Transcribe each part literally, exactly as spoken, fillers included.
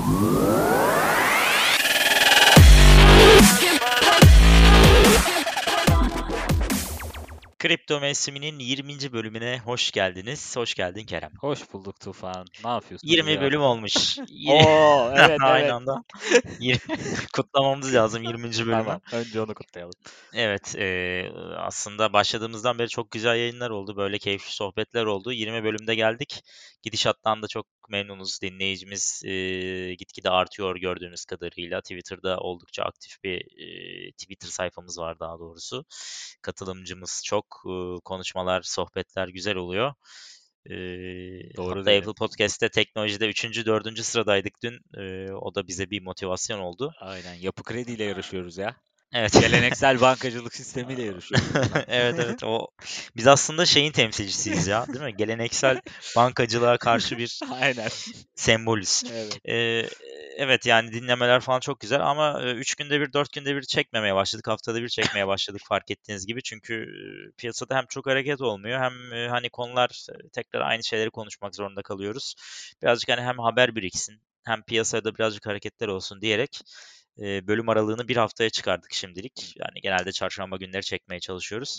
Kripto Mevsimi'nin yirminci bölümüne hoş geldiniz. Hoş geldin Kerem. Hoş bulduk Tufan. Ne yapıyorsun yirmi öyle bölüm ya? olmuş. Oo, evet Aynı evet. anda yirmi kutlamamız lazım yirminci bölümü. Tamam, önce onu kutlayalım. Evet, eee, aslında başladığımızdan beri çok güzel yayınlar oldu. Böyle keyifli sohbetler oldu. yirmi bölümde geldik. Gidişattan da çok memnunuz. Dinleyicimiz eee, gitgide artıyor gördüğümüz kadarıyla. Twitter'da oldukça aktif bir eee, Twitter sayfamız var daha doğrusu. Katılımcımız çok. Eee, konuşmalar, sohbetler güzel oluyor. Eee, Doğru hatta dedin. Apple Podcast'te teknolojide üçüncü dördüncü sıradaydık dün. Eee, o da bize bir motivasyon oldu. Aynen. Yapı Kredi ile yarışıyoruz ya. Evet. Geleneksel bankacılık sistemiyle yarışıyoruz burada. Evet, evet. O biz aslında şeyin temsilcisiyiz ya, değil mi? Geleneksel bankacılığa karşı bir Aynen. sembolüz. Evet. Eee, evet, yani dinlemeler falan çok güzel ama, eee, üç günde bir, dört günde bir çekmemeye başladık. Haftada bir çekmeye başladık fark ettiğiniz gibi. Çünkü, eee, piyasada hem çok hareket olmuyor hem, eee, hani, konular, eee, tekrar aynı şeyleri konuşmak zorunda kalıyoruz. Birazcık, hani, hem haber biriksin hem piyasada birazcık hareketler olsun diyerek, eee, bölüm aralığını bir haftaya çıkardık şimdilik. Yani genelde çarşamba günleri çekmeye çalışıyoruz.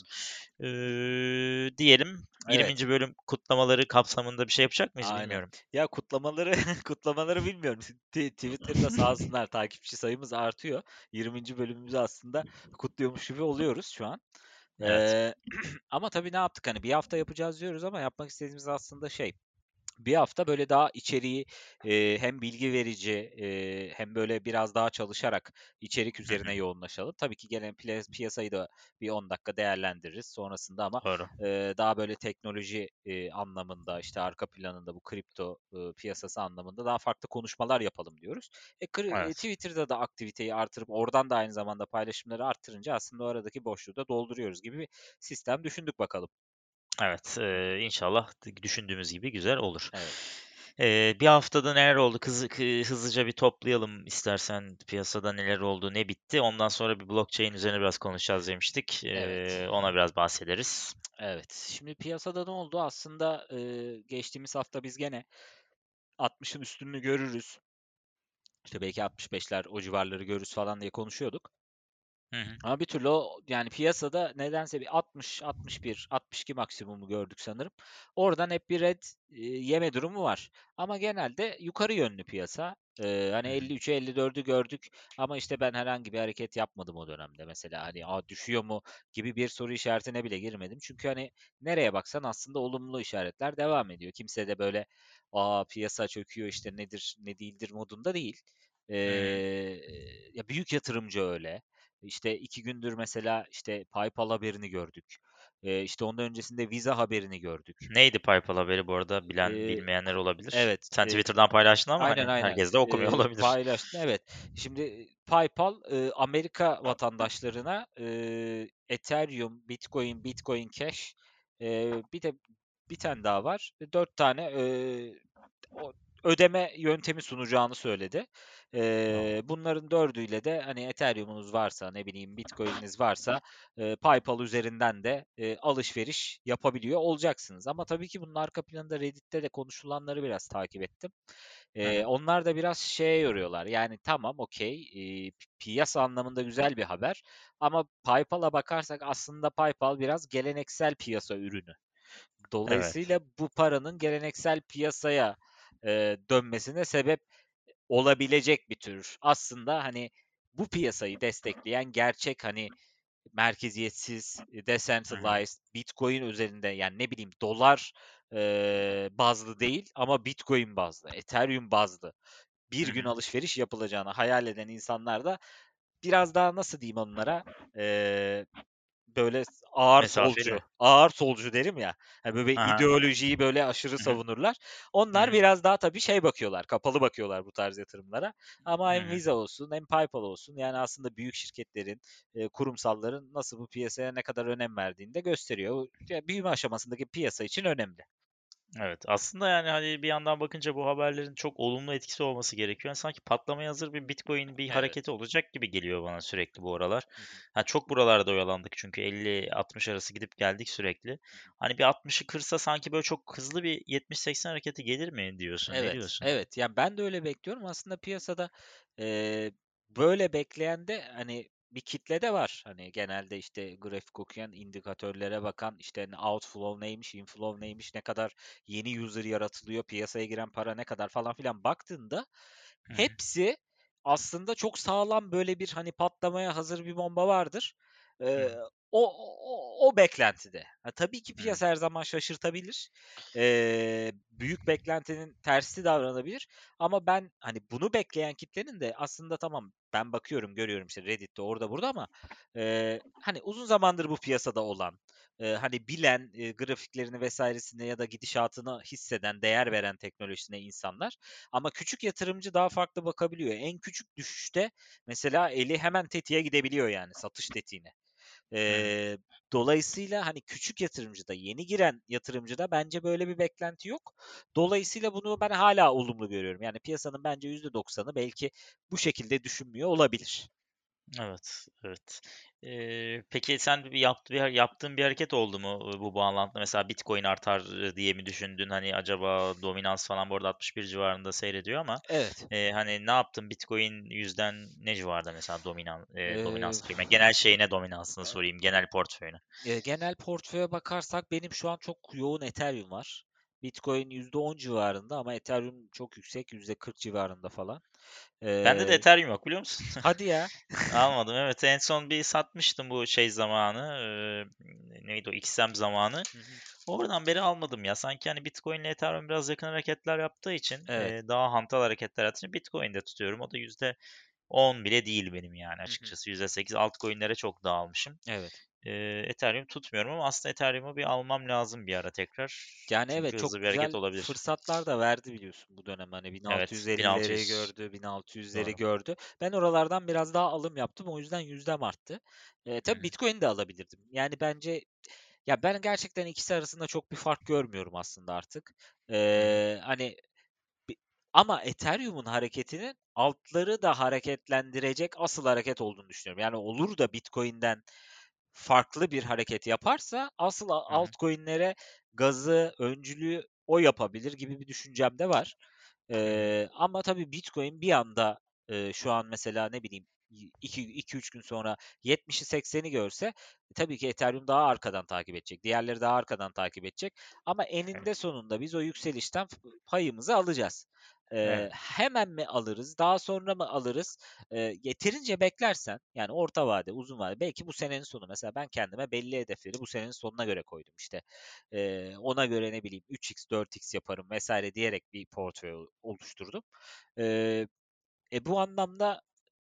Eee, diyelim Evet. yirminci bölüm kutlamaları kapsamında bir şey yapacak mıyız Aynen. bilmiyorum. Ya kutlamaları kutlamaları bilmiyorum. T- Twitter'da sağ olsunlar takipçi sayımız artıyor. yirminci bölümümüzü aslında kutluyormuş gibi oluyoruz şu an. Evet. Ee, ama tabii ne yaptık? Hani bir hafta yapacağız diyoruz ama yapmak istediğimiz aslında şey. Bir hafta böyle daha içeriği eee, hem bilgi verici eee, hem böyle biraz daha çalışarak içerik Hı hı. üzerine yoğunlaşalım. Tabii ki gelen piyas- piyasayı da bir on dakika değerlendiririz sonrasında ama Doğru. eee, daha böyle teknoloji eee, anlamında işte arka planında bu kripto eee, piyasası anlamında daha farklı konuşmalar yapalım diyoruz. E, kri- e, Evet. Twitter'da da aktiviteyi artırıp oradan da aynı zamanda paylaşımları arttırınca aslında o aradaki boşluğu da dolduruyoruz gibi bir sistem düşündük bakalım. Evet. Eee, inşallah d- düşündüğümüz gibi güzel olur. Evet. Eee, bir haftada neler oldu? Kızı, kı- hızlıca bir toplayalım istersen piyasada neler oldu, ne bitti. Ondan sonra bir blockchain üzerine biraz konuşacağız demiştik. Evet. Eee, ona biraz bahsederiz. Evet. Şimdi piyasada ne oldu? Aslında eee, geçtiğimiz hafta biz gene altmışın üstünü görürüz. İşte belki altmış beşler o civarları görürüz falan diye konuşuyorduk. Hı hı. Ama bir türlü o yani piyasada nedense bir altmış, altmış bir, altmış iki maksimumu gördük sanırım. Oradan hep bir red e, yeme durumu var. Ama genelde yukarı yönlü piyasa. Ee, hani Hı hı. elli üçe elli dördü gördük ama işte ben herhangi bir hareket yapmadım o dönemde. Mesela hani Aa, düşüyor mu gibi bir soru işaretine bile girmedim. Çünkü hani nereye baksan aslında olumlu işaretler devam ediyor. Kimse de böyle aa piyasa çöküyor işte nedir ne değildir modunda değil. Ee, Hı hı. ya büyük yatırımcı öyle. İşte iki gündür mesela işte PayPal haberini gördük. Eee, işte ondan öncesinde Visa haberini gördük. Neydi PayPal haberi bu arada? Bilen Eee, bilmeyenler olabilir. evet, Sen eee, Twitter'dan paylaştın ama aynen hani aynen herkes de okumuyor eee, olabilir. paylaştın. Evet. Şimdi PayPal eee, Amerika vatandaşlarına eee, Ethereum, Bitcoin, Bitcoin Cash eee, bir de bir tane daha var. Dört tane eee, o ödeme yöntemi sunacağını söyledi. Eee, Tamam. bunların dördüyle de hani Ethereum'unuz varsa, ne bileyim Bitcoin'iniz varsa eee, PayPal üzerinden de eee, alışveriş yapabiliyor olacaksınız. Ama tabii ki bunun arka planında Reddit'te de konuşulanları biraz takip ettim. Hı Eee, hı. onlar da biraz şeye yoruyorlar. Yani tamam okey, eee, piyasa anlamında güzel bir haber ama PayPal'a bakarsak aslında PayPal biraz geleneksel piyasa ürünü. Evet. Dolayısıyla bu paranın geleneksel piyasaya eee, dönmesine sebep olabilecek bir tür. Aslında hani bu piyasayı destekleyen gerçek hani merkeziyetsiz, e, Hı hı. decentralized, Bitcoin üzerinde yani ne bileyim dolar eee, bazlı değil ama Bitcoin bazlı, Ethereum bazlı Hı bir gün hı. alışveriş yapılacağını hayal eden insanlar da biraz daha nasıl diyeyim onlara eee, böyle ağır Mesafeli. solcu, ağır solcu derim ya. Hani böyle Hı bir hı. ideolojiyi böyle aşırı Hı hı. savunurlar. Hı Onlar hı. biraz daha tabii şey bakıyorlar, kapalı bakıyorlar bu tarz yatırımlara. Ama Hı hem hı. Visa olsun hem PayPal olsun yani aslında büyük şirketlerin, eee, kurumsalların nasıl bu piyasaya ne kadar önem verdiğini de gösteriyor. Ya büyüme aşamasındaki piyasa için önemli. Evet, aslında, yani, hani, bir yandan bakınca bu haberlerin çok olumlu etkisi olması gerekiyor. Yani, sanki patlamaya hazır bir Bitcoin bir hareketi Evet. olacak gibi geliyor bana sürekli bu aralar. Hı hı. Ha, çok buralarda oyalandık çünkü elli altmış arası gidip geldik sürekli. Hı hı. Hani, bir altmışı kırsa sanki böyle çok hızlı bir yetmiş seksen hareketi gelir mi diyorsun? Ne Evet, diyorsun? evet. Yani ben de öyle bekliyorum. Aslında piyasada, eee, böyle bekleyen de, hani, bir kitle de var. Hani, genelde, işte, grafik okuyan, indikatörlere bakan, işte, hani, outflow neymiş, inflow neymiş, ne kadar yeni user yaratılıyor, piyasaya giren para ne kadar falan filan baktığında Hı hı. hepsi aslında çok sağlam, böyle, bir, hani, patlamaya hazır bir bomba vardır. Hı Eee, hı. o o o beklentide. Ha, tabii ki Hı. piyasa her zaman şaşırtabilir. Eee, büyük beklentinin tersi davranabilir ama ben, hani, bunu bekleyen kitlenin de aslında tamam, ben bakıyorum, görüyorum, işte, Reddit'te, orada burada ama, eee, hani, uzun zamandır bu piyasada olan, eee, hani, bilen, eee, grafiklerini vesairesini ya da gidişatını hisseden, değer veren teknolojisine insanlar ama küçük yatırımcı daha farklı bakabiliyor. En küçük düşüşte mesela eli hemen tetiğe gidebiliyor, yani satış tetiğine. Hı hı. Eee, dolayısıyla, hani, küçük yatırımcıda, yeni giren yatırımcıda bence böyle bir beklenti yok. Dolayısıyla bunu ben hâlâ olumlu görüyorum. Yani piyasanın bence yüzde doksanı belki bu şekilde düşünmüyor olabilir. Evet, evet. Eee, peki sen bir yaptı bir yaptığın bir hareket oldu mu, ııı, bu bağlantıda? Mesela Bitcoin artar, ııı, diye mi düşündün? Hani, acaba dominans falan bu arada altmış bir civarında seyrediyor ama, Evet. eee, hani, ne yaptın? Bitcoin yüzden ne civarda mesela dominan eee, Eee, dominans diyeyim ya, genel şeyine dominansını eee, sorayım, genel portföyüne. eee, genel portföye bakarsak benim şu an çok yoğun Ethereum var. Bitcoin yüzde on civarında ama Ethereum çok yüksek, yüzde kırk civarında falan. Bende de Eee Ethereum yok biliyor musun? Hadi ya! Almadım, evet. En son bir satmıştım bu şey zamanı, eee, neydi o, X M zamanı. Hı hı. Oradan beri almadım ya. Sanki, hani, Bitcoin ile Ethereum biraz yakın hareketler yaptığı için, Evet. eee, daha hantal hareketler yaptığı için Bitcoin'de tutuyorum. O da yüzde on bile değil benim yani Hı hı. açıkçası. yüzde sekiz altcoin'lere çok dağılmışım. Evet. Eee, Ethereum tutmuyorum ama aslında Ethereum'u bir almam lazım bir ara tekrar. Yani, evet, Çünkü çok hızlı bir hareket güzel olabilir. fırsatlar da verdi biliyorsun bu dönem. Hani Evet, bin altı yüz ellileri bin altı yüz. gördü, bin altı yüzleri Doğru. gördü. Ben oralardan biraz daha alım yaptım. O yüzden yüzdem arttı. Eee, Hı tabii hı. Bitcoin'i de alabilirdim. Yani, bence ya, ben gerçekten ikisi arasında çok bir fark görmüyorum aslında artık. Hı hı. Eee, hani, bi ama Ethereum'un hareketinin altları da hareketlendirecek asıl hareket olduğunu düşünüyorum. Yani, olur da Bitcoin'den farklı bir hareket yaparsa asıl a Hı hı. altcoin'lere gazı, öncülüğü o yapabilir gibi bir düşüncem de var. Hı hı. Eee, ama tabii Bitcoin bir anda, eee, şu an mesela ne bileyim y iki iki üç gün sonra yetmişi sekseni görse e, tabii ki Ethereum daha arkadan takip edecek. Diğerleri daha arkadan takip edecek ama eninde Evet. sonunda biz o yükselişten f payımızı alacağız. Eee, Evet. hemen mi alırız, daha sonra mı alırız? Eee, yeterince beklersen, yani orta vade, uzun vade, belki bu senenin sonu mesela ben kendime belli hedefleri bu senenin sonuna göre koydum. İşte, eee, ona göre ne bileyim üç x dört x yaparım vesaire diyerek bir portföy o oluşturdum. Eee, e, bu anlamda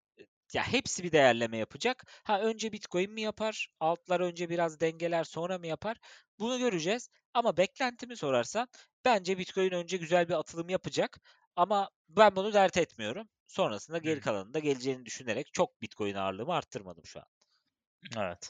ya hepsi bir değerleme yapacak. Ha önce Bitcoin mi yapar? Altlar önce biraz dengeler sonra mı yapar? Bunu göreceğiz. Ama beklentimi sorarsan bence Bitcoin önce güzel bir atılım yapacak. Ama ben bunu dert etmiyorum. Sonrasında Hı. geri kalanında geleceğini düşünerek çok Bitcoin ağırlığımı arttırmadım şu an. Evet.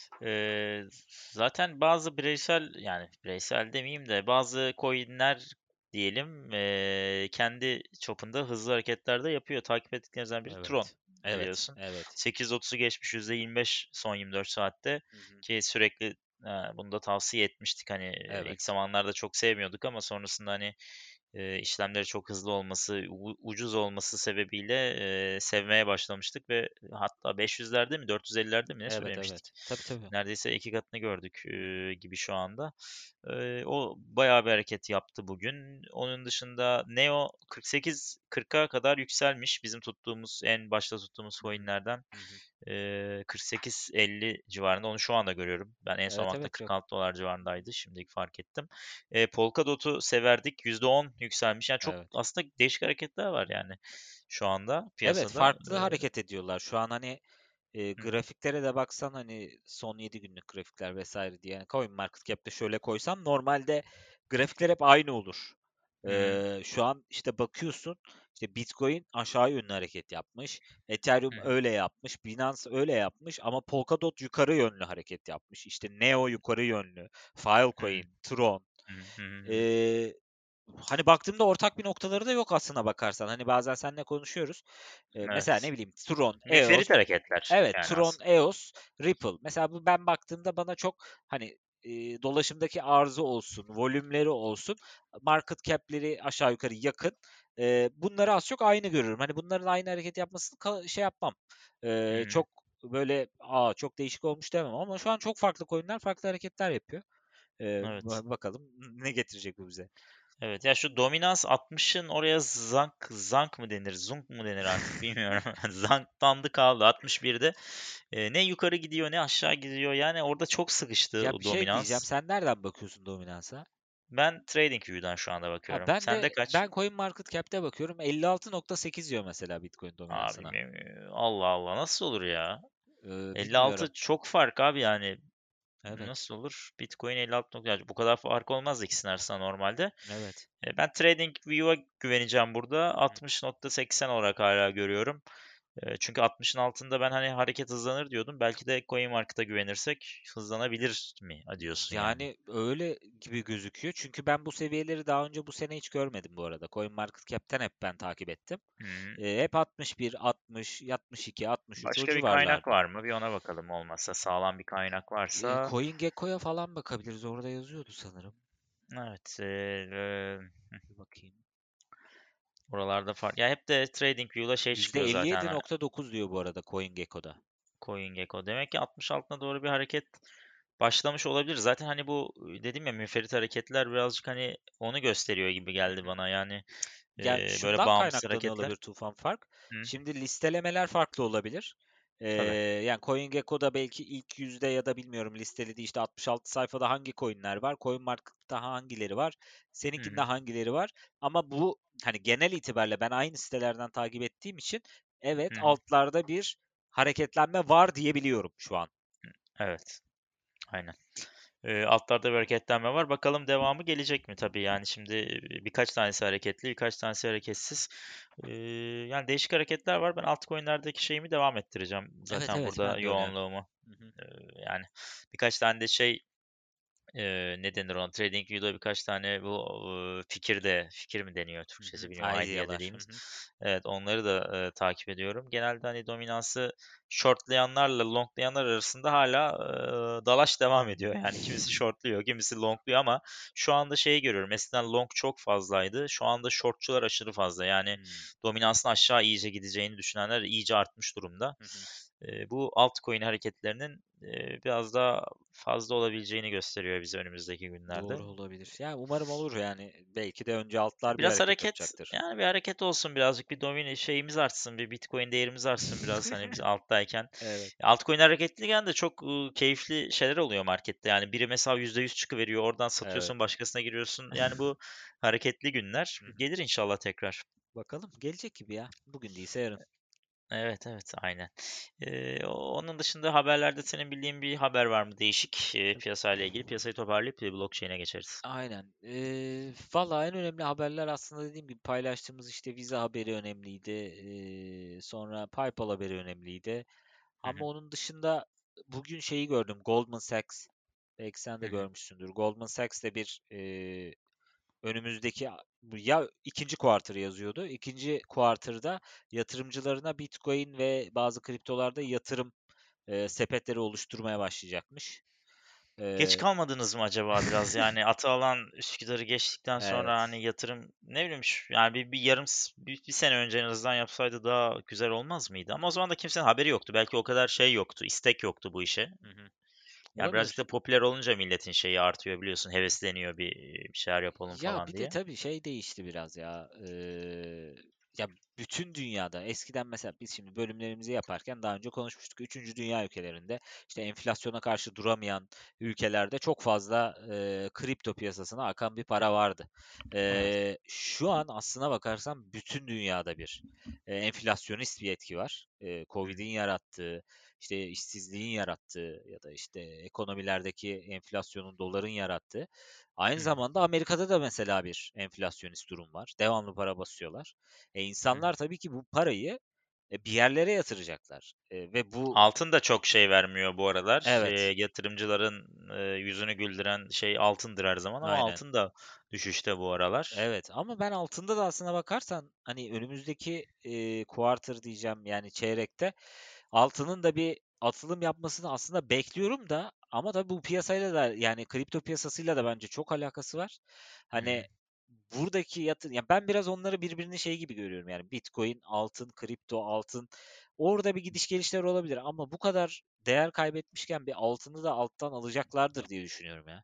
Eee, zaten bazı bireysel, yani bireysel demeyeyim de bazı coin'ler diyelim, eee, kendi çapında hızlı hareketler de yapıyor. Takip ettiklerinizden biri Tron Evet. Evet. biliyorsun. Evet. sekiz virgül otuzu geçmiş, yüzde yirmi beş son yirmi dört saatte Hı hı. ki sürekli, eee, bunu da tavsiye etmiştik. Hani, eee, ilk Evet. zamanlarda çok sevmiyorduk ama sonrasında, hani, eee, işlemleri çok hızlı olması, u ucuz olması sebebiyle, eee, sevmeye başlamıştık ve hatta beş yüzlerde mi dört yüz ellilerde mi ne Evet, söylemiştik? evet. Tabii, tabii. Neredeyse iki katını gördük, Hı hı. eee, gibi şu anda. Eee, o bayağı bir hareket yaptı bugün. Onun dışında Neo kırk sekiz kırka kadar yükselmiş. Bizim tuttuğumuz, en başta tuttuğumuz Hı hı. coin'lerden, Hı hı. eee, kırk sekiz elli civarında. Onu şu anda görüyorum. Ben en son Evet, baktığımda evet, çok. kırk altı dolar civarındaydı. Şimdi fark ettim. Eee, Polkadot'u severdik. yüzde on yükselmiş. Yani çok Evet. aslında değişik hareketler var yani şu anda Evet, piyasada. farklı Eee hareket ediyorlar. Şu an, hani, eee, Hı hı. grafiklere de baksan, hani, son yedi günlük grafikler vesaire diye, yani, CoinMarketCap'te şöyle koysam normalde grafikler hep aynı olur. Hı hı. Eee, şu an, işte, bakıyorsun, işte, Bitcoin aşağı yönlü hareket yapmış, Ethereum Hı hı. öyle yapmış, Binance öyle yapmış ama Polkadot yukarı yönlü hareket yapmış. İşte, Neo yukarı yönlü, Hı hı. Filecoin, Tron. Hı hı. Hı hı. Hı. Eee, Hani, baktığımda ortak bir noktaları da yok aslına bakarsan. Hani, bazen seninle konuşuyoruz. Eee, mesela Evet. ne bileyim Tron, E O S. Müferit hareketler Evet, yani Tron, aslında. E O S, Ripple. Mesela bu ben baktığımda bana çok, hani, eee, dolaşımdaki arzı olsun, volümleri olsun, market cap'leri aşağı yukarı yakın. Eee, bunları az çok aynı görüyorum. Hani, bunların aynı hareket yapmasını ka şey yapmam. Hı Eee, hı. çok böyle, "A, çok değişik olmuş." demem ama şu an çok farklı coin'ler farklı hareketler yapıyor. Eee, Evet. ba bakalım ne getirecek bu bize? Evet, ya şu dominans altmışın oraya zank zank mı denir, zunk mu denir artık bilmiyorum. Zanklandı kaldı altmış birde. Eee, ne yukarı gidiyor ne aşağı gidiyor. Yani orada çok sıkıştı Ya, o bir şey diyeceğim, dominans. sen nereden bakıyorsun dominansa? Ben TradingView'dan şu anda Ha, bakıyorum. ben Sende de kaç? ben CoinMarketCap'te bakıyorum. elli altı nokta sekiz diyor mesela Bitcoin Abi dominansına. me- Allah Allah nasıl olur ya? Eee, bilmiyorum. elli altı çok fark abi yani. Evet, Nasıl olur? Bitcoin elli altı nokta yani bu kadar fark olmaz ikisinin arasında normalde. evet. E, Ben TradingView'a güveneceğim burada. Hı hı. altmış nokta seksen olarak hala görüyorum. Eee, çünkü altmışın altında ben hani hareket hızlanır diyordum. Belki de CoinMarket'a güvenirsek hızlanabilir mi diyorsun yani? Yani öyle gibi gözüküyor. Çünkü ben bu seviyeleri daha önce bu sene hiç görmedim bu arada. CoinMarketCap'ten hep ben takip ettim. Hı hı. Eee, hep altmış bir, altmış, altmış iki, altmış üç o Başka bir kaynak civarlarda. var mı? Bir ona bakalım olmazsa. Sağlam bir kaynak Eee, varsa. CoinGecko'ya falan bakabiliriz. Orada yazıyordu sanırım. Evet. eee, eee, Bir bakayım. oralarda fark. Ya hep de TradingView'da şey çıkıyor zaten. Hani yüzde elli yedi nokta dokuz diyor bu arada CoinGecko'da. CoinGecko. Demek ki altmış altına doğru bir hareket başlamış olabilir. Zaten hani bu dedim ya müferit hareketler birazcık hani onu gösteriyor gibi Hı geldi hı. bana. Yani Ya, eee, böyle şundan bağımsız kaynaklanıyor hareketler. olabilir Tufan fark. Hı, Şimdi listelemeler farklı olabilir. Eee, tabii. Yani CoinGecko'da belki ilk yüzde ya da bilmiyorum listelediği işte altmış altı sayfada hangi coin'ler var, CoinMarket'ta hangileri var, Hı seninkinde hı. hangileri var. Ama bu hani genel itibariyle ben aynı sitelerden takip ettiğim için evet Hı hı. altlarda bir hareketlenme var diyebiliyorum şu an. Evet. Aynen. Eee, altlarda bir hareketlenme var. Bakalım devamı gelecek mi? Tabii yani şimdi eee, birkaç tanesi hareketli, birkaç tanesi hareketsiz. Eee, yani değişik hareketler var. Ben altcoin'lerdeki şeyimi devam ettireceğim. Evet Zaten evet burada ben de öyle. yoğunluğumu. Hı hı. Eee, yani birkaç tane de şey Eee, ne denir ona? TradingView'da birkaç tane bu, ııı, fikir de fikir mi deniyor Hı Türkçesi hı. bilmiyorum, idea Idealar. Hı dediğimiz. hı. Evet, onları da, eee, takip ediyorum. Genelde, hani, dominansı shortlayanlarla longlayanlar arasında hâlâ, ııı, dalaş devam ediyor. Yani kimisi shortluyor, kimisi longluyor ama şu anda şeyi görüyorum, eskiden long çok fazlaydı. Şu anda shortçular aşırı fazla. Yani Hımm. dominansın aşağı iyice gideceğini düşünenler iyice artmış durumda. Hı hı. Eee, bu altcoin hareketlerinin, eee, biraz daha fazla olabileceğini gösteriyor bize önümüzdeki günlerde. Doğru olabilir. Ya, umarım olur yani. Belki de önce altlar bir Biraz hareket hareket, yapacaktır. yani bir hareket olsun birazcık, bir domine şeyimiz artsın, bir Bitcoin değerimiz artsın biraz hani biz alttayken. Evet. Altcoin hareketliyken de çok ııı, keyifli şeyler oluyor markette. Yani biri mesela yüzde yüz çıkıveriyor, oradan Evet. satıyorsun, başkasına giriyorsun. Yani bu hareketli günler. Hı hı. Gelir inşallah tekrar. Bakalım gelecek gibi ya. Bugün değilse yarın. Evet, evet, aynen. Eee, onun dışında haberlerde senin bildiğin bir haber var mı değişik, eee, piyasayla ilgili? Piyasayı toparlayıp, eee, blockchain'e geçeriz. Aynen. Eee, valla en önemli haberler aslında dediğim gibi paylaştığımız işte Visa haberi önemliydi. Eee, sonra PayPal haberi önemliydi. Hı hı. Ama onun dışında bugün şeyi gördüm. Goldman Sachs. Belki sen Hı de hı. görmüşsündür. Goldman Sachs de bir eee, önümüzdeki ya ikinci kuartır yazıyordu. İkinci kuartırda yatırımcılarına Bitcoin ve bazı kriptolarda yatırım eee, sepetleri oluşturmaya başlayacakmış. Geç Eee, kalmadınız mı acaba biraz? Yani Atalan Üsküdar'ı geçtikten sonra, evet, hani, yatırım ne bileyim ş yani bir bir yarım s bir bir sene önce en azından yapsaydı daha güzel olmaz mıydı? Ama o zaman da kimsenin haberi yoktu. Belki o kadar şey yoktu, istek yoktu bu işe. hı hı. Yani birazcık Olabilir. da popüler olunca milletin şeyi artıyor biliyorsun, hevesleniyor bir, bir şeyler yapalım Ya falan bir de diye. tabii şey değişti biraz ya. Eee, ya bütün dünyada eskiden mesela biz şimdi bölümlerimizi yaparken daha önce konuşmuştuk. Üçüncü dünya ülkelerinde işte enflasyona karşı duramayan ülkelerde çok fazla eee, kripto piyasasına akan bir para vardı. Evet. Eee, şu an aslına bakarsan bütün dünyada bir eee, enflasyonist bir etki var. Eee, Hı hı. Covid'in yarattığı, işte işsizliğin yarattığı ya da işte ekonomilerdeki enflasyonun, doların yarattığı. Aynı Hı hı. zamanda Amerika'da da mesela bir enflasyonist durum var. Devamlı para basıyorlar. E Hı hı. insanlar tabii ki bu parayı e, bir yerlere yatıracaklar. Eee, ve bu Altın da çok şey vermiyor bu aralar. Evet. Eee, yatırımcıların, eee, yüzünü güldüren şey altındır her zaman ama Aynen. altın da düşüşte bu aralar. Evet ama ben altında da aslına bakarsan, hani, önümüzdeki, eee, quarter diyeceğim, yani çeyrekte altının da bir atılım yapmasını aslında bekliyorum da ama tabii bu piyasayla da, yani kripto piyasasıyla da bence çok alakası var. Hı hı. Hani, buradaki yatır ya, ben biraz onları birbirinin şeyi gibi görüyorum, yani Bitcoin, altın, kripto, altın. Orada bir gidiş gelişler olabilir ama bu kadar değer kaybetmişken bir altını da alttan alacaklardır diye düşünüyorum ya.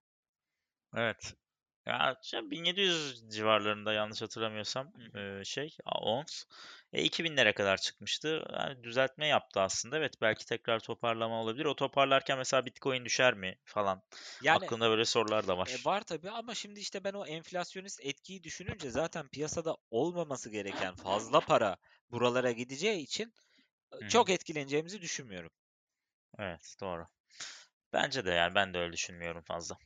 Evet. Ya, şey bin yedi yüz civarlarında yanlış hatırlamıyorsam, Hı hı. eee, şey, a ons. E, iki binlere kadar çıkmıştı. Yani düzeltme yaptı aslında. Evet, belki tekrar toparlama olabilir. O toparlarken mesela Bitcoin düşer mi falan? Yani Aklımda böyle sorular da E, var. var tabii ama şimdi, işte, ben o enflasyonist etkiyi düşününce zaten piyasada olmaması gereken fazla para buralara gideceği için, ııı, Hı hı. çok etkileneceğimizi düşünmüyorum. Evet, doğru. Bence de yani ben de öyle düşünmüyorum fazla.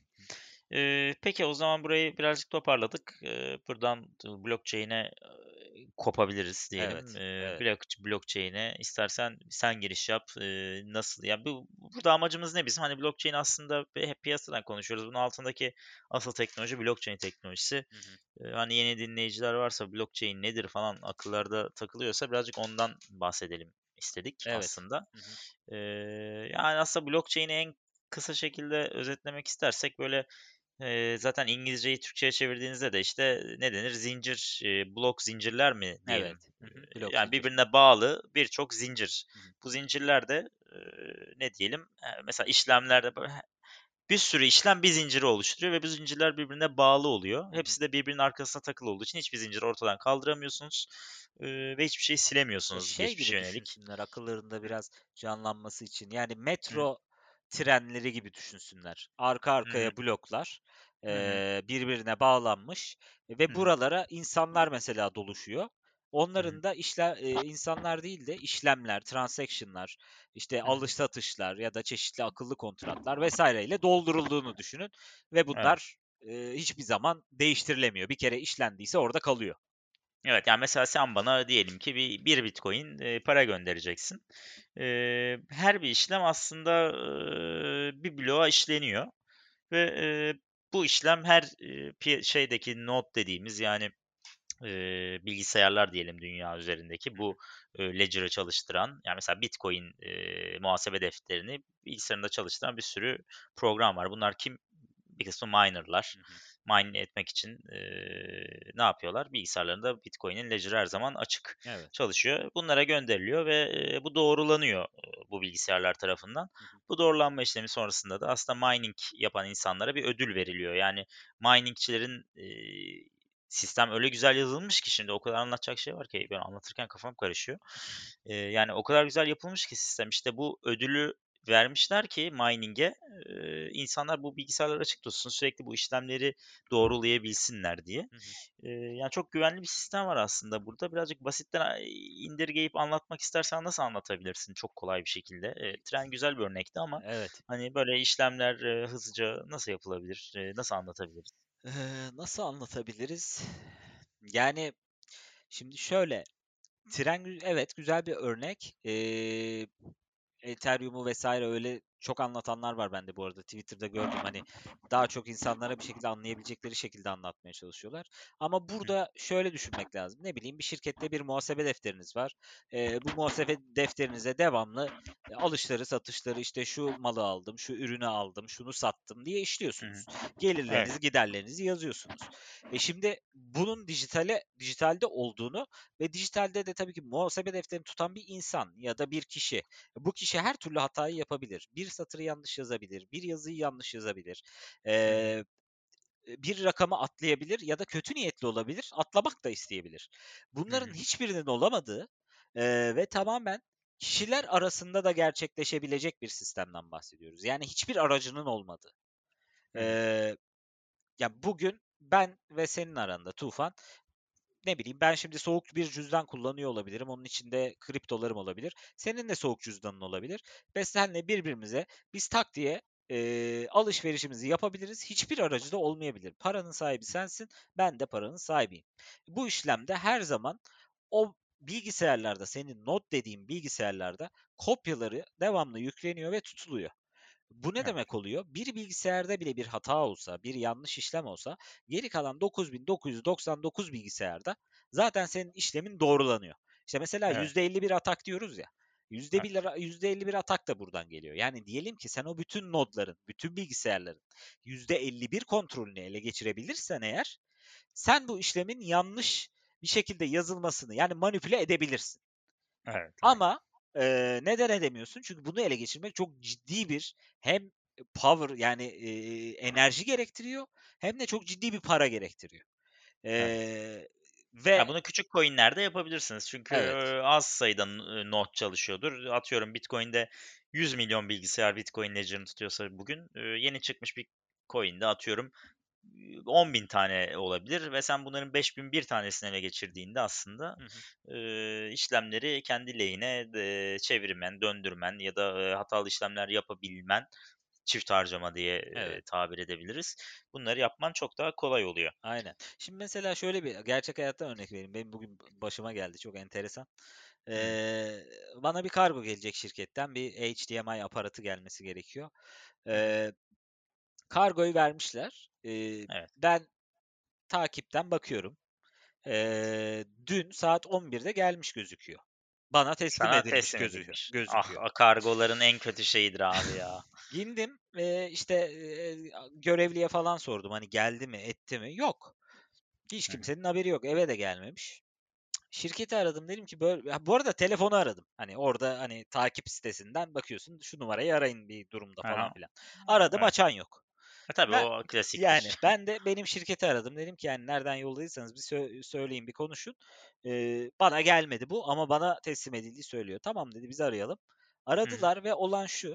Eee, peki o zaman burayı birazcık toparladık. Eee, buradan blockchain'e eee, kopabiliriz diyelim. Evet, Eee, evet. block blockchain'e istersen sen giriş yap. Eee, nasıl ya bu burada amacımız ne bizim? Hani blockchain aslında ve hep piyasadan konuşuyoruz. Bunun altındaki asıl teknoloji blockchain teknolojisi. Hı hı. Eee, hani yeni dinleyiciler varsa blockchain nedir falan akıllarda takılıyorsa birazcık ondan bahsedelim istedik Evet. aslında. Hı hı. Eee, yani aslında blockchain'i en kısa şekilde özetlemek istersek böyle Eee, zaten İngilizceyi Türkçe'ye çevirdiğinizde de, işte, ne denir? Zincir, eee, blok zincirler mi diyelim? Evet. Hı hı. Eee, Blok yani zincir. birbirine bağlı birçok zincir. Hı hı. Bu zincirlerde, eee, ne diyelim? Eee, mesela işlemlerde böyle he bir sürü işlem bir zinciri oluşturuyor ve bu zincirler birbirine bağlı oluyor. Hı hı. Hepsi de birbirinin arkasına takılı olduğu için hiçbir zinciri ortadan kaldıramıyorsunuz, eee, ve hiçbir şeyi Ya, silemiyorsunuz şey geçmişe gibi yönelik. düşünsünler akıllarında biraz canlanması için. Yani Hı. metro trenleri gibi düşünsünler. Arka Hı hı. arkaya bloklar, Hı hı. eee, birbirine bağlanmış ve Hı hı. buralara insanlar mesela doluşuyor. Hı hı. Onların da işler eee, insanlar değil de işlemler, transaction'lar, işte Hı hı. alış satışlar ya da çeşitli akıllı kontratlar vesaireyle doldurulduğunu düşünün ve Evet. bunlar, eee, hiçbir zaman değiştirilemiyor. Bir kere işlendiyse orada kalıyor. Evet, yani, mesela sen bana diyelim ki bir bir Bitcoin, eee, para göndereceksin. Eee, her bir işlem aslında, eee, bir bloğa işleniyor ve, eee, bu işlem her, eee, piya şeydeki node dediğimiz, yani, eee, bilgisayarlar diyelim dünya üzerindeki Hı hı. bu, eee, ledger'ı çalıştıran, yani, mesela Bitcoin, eee, muhasebe defterini bilgisayarında çalıştıran bir sürü program var. Bunlar kim? Bir kısmı miner'lar. Hı hı. Mine etmek için, eee, ne yapıyorlar? Bilgisayarlarında Bitcoin'in ledger'ı her zaman açık Evet. çalışıyor. Bunlara gönderiliyor ve, eee, bu doğrulanıyor, eee, bu bilgisayarlar tarafından. Hı hı. Bu doğrulanma işlemi sonrasında da aslında mining yapan insanlara bir ödül veriliyor. Yani miningçilerin, eee, sistem öyle güzel yazılmış ki şimdi o kadar anlatacak şey var ki ben anlatırken kafam karışıyor. Eee, yani o kadar güzel yapılmış ki sistem. İşte bu ödülü vermişler ki mining'e, eee, insanlar bu bilgisayarlar açık tutsun, sürekli bu işlemleri doğrulayabilsinler diye. Hı hı. Eee, yani çok güvenli bir sistem var aslında burada. Birazcık basitten a indirgeyip anlatmak istersen nasıl anlatabilirsin çok kolay bir şekilde? Eee, tren güzel bir örnekti ama Evet. hani böyle işlemler, eee, hızlıca nasıl yapılabilir? Eee, nasıl anlatabiliriz? Eee, nasıl anlatabiliriz? Yani, şimdi şöyle, tren gü evet, güzel bir örnek. Eee Ethereum'u vesaire öyle çok anlatanlar var ben de bu arada Twitter'da gördüm. Hani daha çok insanlara bir şekilde anlayabilecekleri şekilde anlatmaya çalışıyorlar. Ama Hı burada şöyle düşünmek lazım. Ne bileyim bir şirkette bir muhasebe defteriniz var. Eee, bu muhasebe defterinize devamlı e, alışları, satışları işte şu malı aldım, şu ürünü aldım, şunu sattım diye hı. Hı. işliyorsunuz. Evet. Gelirlerinizi, giderlerinizi yazıyorsunuz. E şimdi bunun dijitale dijitalde olduğunu ve dijitalde de tabii ki muhasebe defterini tutan bir insan ya da bir kişi bu kişi her türlü hatayı yapabilir. Bir satırı yanlış yazabilir, bir yazıyı yanlış yazabilir. Hı hı. Eee, bir rakamı atlayabilir ya da kötü niyetli olabilir, atlamak da isteyebilir. Hı hı. Bunların hiçbirinin olamadığı, eee, ve tamamen kişiler arasında da gerçekleşebilecek bir sistemden bahsediyoruz. Yani hiçbir aracının olmadığı. Hı hı. Eee, ya bugün ben ve senin aranda Tufan ne bileyim, ben şimdi soğuk bir cüzdan kullanıyor olabilirim. Onun içinde kriptolarım olabilir. Senin de soğuk cüzdanın olabilir ve senle birbirimize biz tak diye, eee, alışverişimizi yapabiliriz. Hiçbir aracı da olmayabilir. Paranın sahibi sensin, ben de paranın sahibiyim. Bu işlemde her zaman o bilgisayarlarda, senin Node dediğin bilgisayarlarda kopyaları devamlı yükleniyor ve tutuluyor. Bu ne Evet. demek oluyor? Bir bilgisayarda bile bir hata olsa, bir yanlış işlem olsa geri kalan dokuz bin dokuz yüz doksan dokuz bilgisayarda zaten senin işlemin doğrulanıyor. İşte mesela Evet. yüzde elli bir atak diyoruz ya. yüzde bir, Evet. yüzde elli bir atak da buradan geliyor. Yani diyelim ki sen o bütün nodların, bütün bilgisayarların yüzde elli bir kontrolünü ele geçirebilirsen eğer, sen bu işlemin yanlış bir şekilde yazılmasını yani manipüle edebilirsin. Evet. Aynen. Ama eee, neden edemiyorsun? Çünkü bunu ele geçirmek çok ciddi bir hem power yani eee, enerji gerektiriyor hem de çok ciddi bir para gerektiriyor. Evet. Eee, Ya, ve bunu küçük coin'lerde yapabilirsiniz. Çünkü, evet. eee, az sayıda n eee, node çalışıyordur. Atıyorum Bitcoin'de yüz milyon bilgisayar Bitcoin ledger'ını tutuyorsa bugün, eee, yeni çıkmış bir coin'de atıyorum on bin tane olabilir ve sen bunların beş bin bir tanesini ele geçirdiğinde aslında, Hı hı. eee, işlemleri kendi lehine, eee, çevirmen, döndürmen ya da, eee, hatalı işlemler yapabilmen, çift harcama diye, eee, Evet. tabir edebiliriz. Bunları yapman çok daha kolay oluyor. Aynen. Şimdi mesela şöyle bir gerçek hayattan örnek vereyim. Benim bugün başıma geldi. Çok enteresan. Hı hı. Eee, bana bir kargo gelecek şirketten. Bir H D M I aparatı gelmesi gerekiyor. Hı hı. Eee, kargoyu vermişler. Eee, Evet. ben takipten bakıyorum. Eee, dün saat on birde gelmiş gözüküyor. Bana teslim Sana edilmiş teslim gözüküyor edilmiş. Ah, gözüküyor. a kargoların en kötü şeyidir abi ya. İndim, eee, işte, eee, görevliye falan sordum, hani, geldi mi, etti mi? Yok. Hiç Hı hı. kimsenin haberi yok. Eve de gelmemiş. Şirketi aradım, dedim ki böyle ya, bu arada telefonu aradım. Hani, orada, hani, takip sitesinden bakıyorsun, şu numarayı arayın bir durumda Hı falan hı. filan. Aradım, Evet. açan yok. E, tabii Ben o yani klasiktir. ben de benim şirketi aradım. Dedim ki, yani, nereden yolladıysanız bir sö söyleyin, bir konuşun. Eee, bana gelmedi bu ama bana teslim edildiği söylüyor. Tamam dedi, biz arayalım. Hı hı. Aradılar ve olan şu,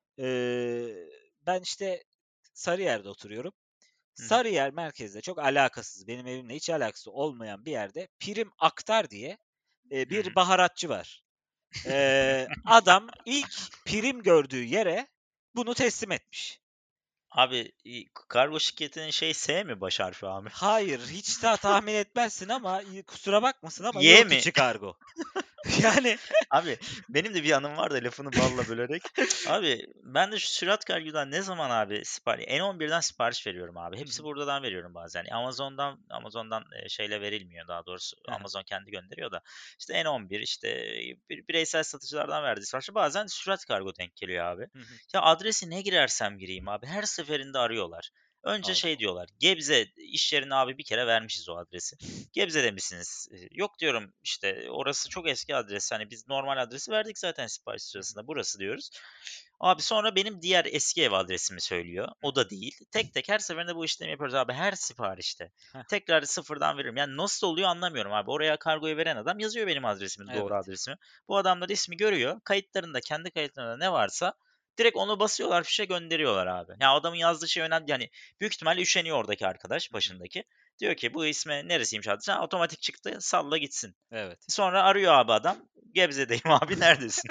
eee, ben, işte, Sarıyer'de oturuyorum. Hı hı. Sarıyer merkezde çok alakasız, benim evimle hiç alakası olmayan bir yerde Prim Aktar diye, eee, Hı hı. bir baharatçı var. Eee, adam ilk prim gördüğü yere bunu teslim etmiş. Abi, iii, kargo şirketinin şey S mi baş harfi abi? Hayır, hiç ta tahmin etmezsin ama y kusura bakmasın ama Y yurt mi? içi kargo. Yani Abi, benim de bir anım var da lafını balla bölerek. Abi, ben de şu Sürat Kargo'dan ne zaman abi sipari N on birden sipariş veriyorum abi. Hı Hepsi hı. buradan veriyorum bazen. Amazon'dan Amazon'dan, eee, şeyle verilmiyor daha doğrusu. Hı hı. Amazon kendi gönderiyor da. İşte N on bir, işte, bir bireysel satıcılardan verdiği siparişi bazen Sürat Kargo denk geliyor abi. Hı hı. Ya adresi ne girersem gireyim abi her seferinde arıyorlar. Önce Allah şey Allah. diyorlar, Gebze iş yerine abi bir kere vermişiz o adresi. Gebze'de misiniz? Eee, yok diyorum, işte, orası çok eski adres. Hani, biz normal adresi verdik zaten sipariş Hı hı. sırasında. Burası diyoruz. Abi sonra benim diğer eski ev adresimi söylüyor. Hı O hı. da değil. Tek tek her seferinde bu işlemi yapıyoruz abi. Her siparişte. Heh, Tekrar sıfırdan veririm. Yani nasıl oluyor anlamıyorum abi. Oraya kargoyu veren adam yazıyor benim adresimi, doğru evet. adresimi. Bu adamlar ismi görüyor. Kayıtlarında, kendi kayıtlarında ne varsa direkt onu basıyorlar, fişe gönderiyorlar abi. Ya adamın yazdığı şey önemli. Yani büyük ihtimalle üşeniyor oradaki arkadaş, Hı hı. başındaki. Diyor ki bu isme neresiymiş adresi? Ha, otomatik çıktı. Salla gitsin. Evet. Sonra arıyor abi adam. Gebze'deyim abi neredesin?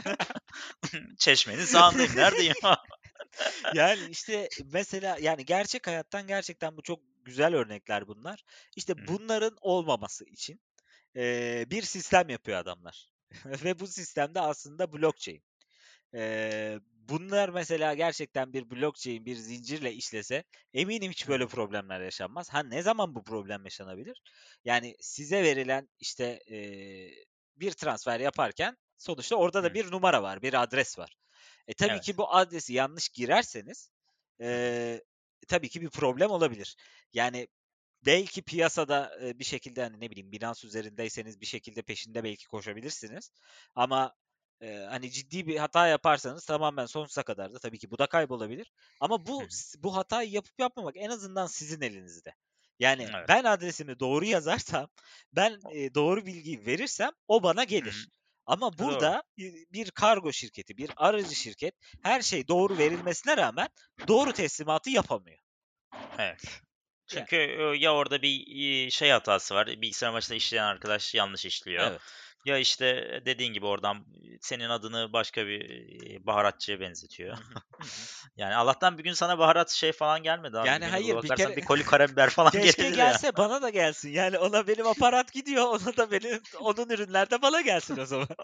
Çeşmenin sağındayım. Neredeyim abi? Yani, işte, mesela, yani, gerçek hayattan gerçekten bu çok güzel örnekler bunlar. Hı İşte, hı. bunların olmaması için, eee, bir sistem yapıyor adamlar ve bu sistem de aslında blockchain. Eee, bunlar mesela gerçekten bir blockchain, bir zincirle işlese eminim hiç Hı hı. böyle problemler yaşanmaz. Ha, ne zaman bu problem yaşanabilir? Yani size verilen, işte, eee, bir transfer yaparken sonuçta orada Hı da hı. bir numara var, bir adres var. E, tabii ki Evet. bu adresi yanlış girerseniz, Hı hı. eee, tabii ki bir problem olabilir. Yani belki piyasada, eee, bir şekilde, hani, ne bileyim, Binance üzerindeyseniz bir şekilde peşinde belki koşabilirsiniz ama, eee, hani, ciddi bir hata yaparsanız tamamen sonsuza kadar da tabii ki bu da kaybolabilir ama Hı bu hı. s bu hatayı yapıp yapmamak en azından sizin elinizde. Yani Evet. ben adresimi doğru yazarsam, ben, eee, doğru bilgiyi verirsem o bana Hı hı. gelir. Ama Doğru. burada, iii, bir kargo şirketi, bir aracı şirket her şey doğru verilmesine rağmen doğru teslimatı yapamıyor. Evet. Ya Çünkü, eee, ya orada bir, iii, şey hatası var, bilgisayar başında işleyen arkadaş yanlış işliyor evet. Ya, işte, dediğin gibi oradan, senin adını başka bir, eee, baharatçıya Hı benzetiyor. hı. Hı hı. Yani Allah'tan bir gün sana baharat şey falan gelmedi abi. Bir Yani gün de burada hayır, bir bakarsan kere bir koli karabiber falan keşke gelebilir ya. gelse, bana da gelsin. Yani ona benim aparat gidiyor, ona da benim onun ürünler de bana gelsin o zaman.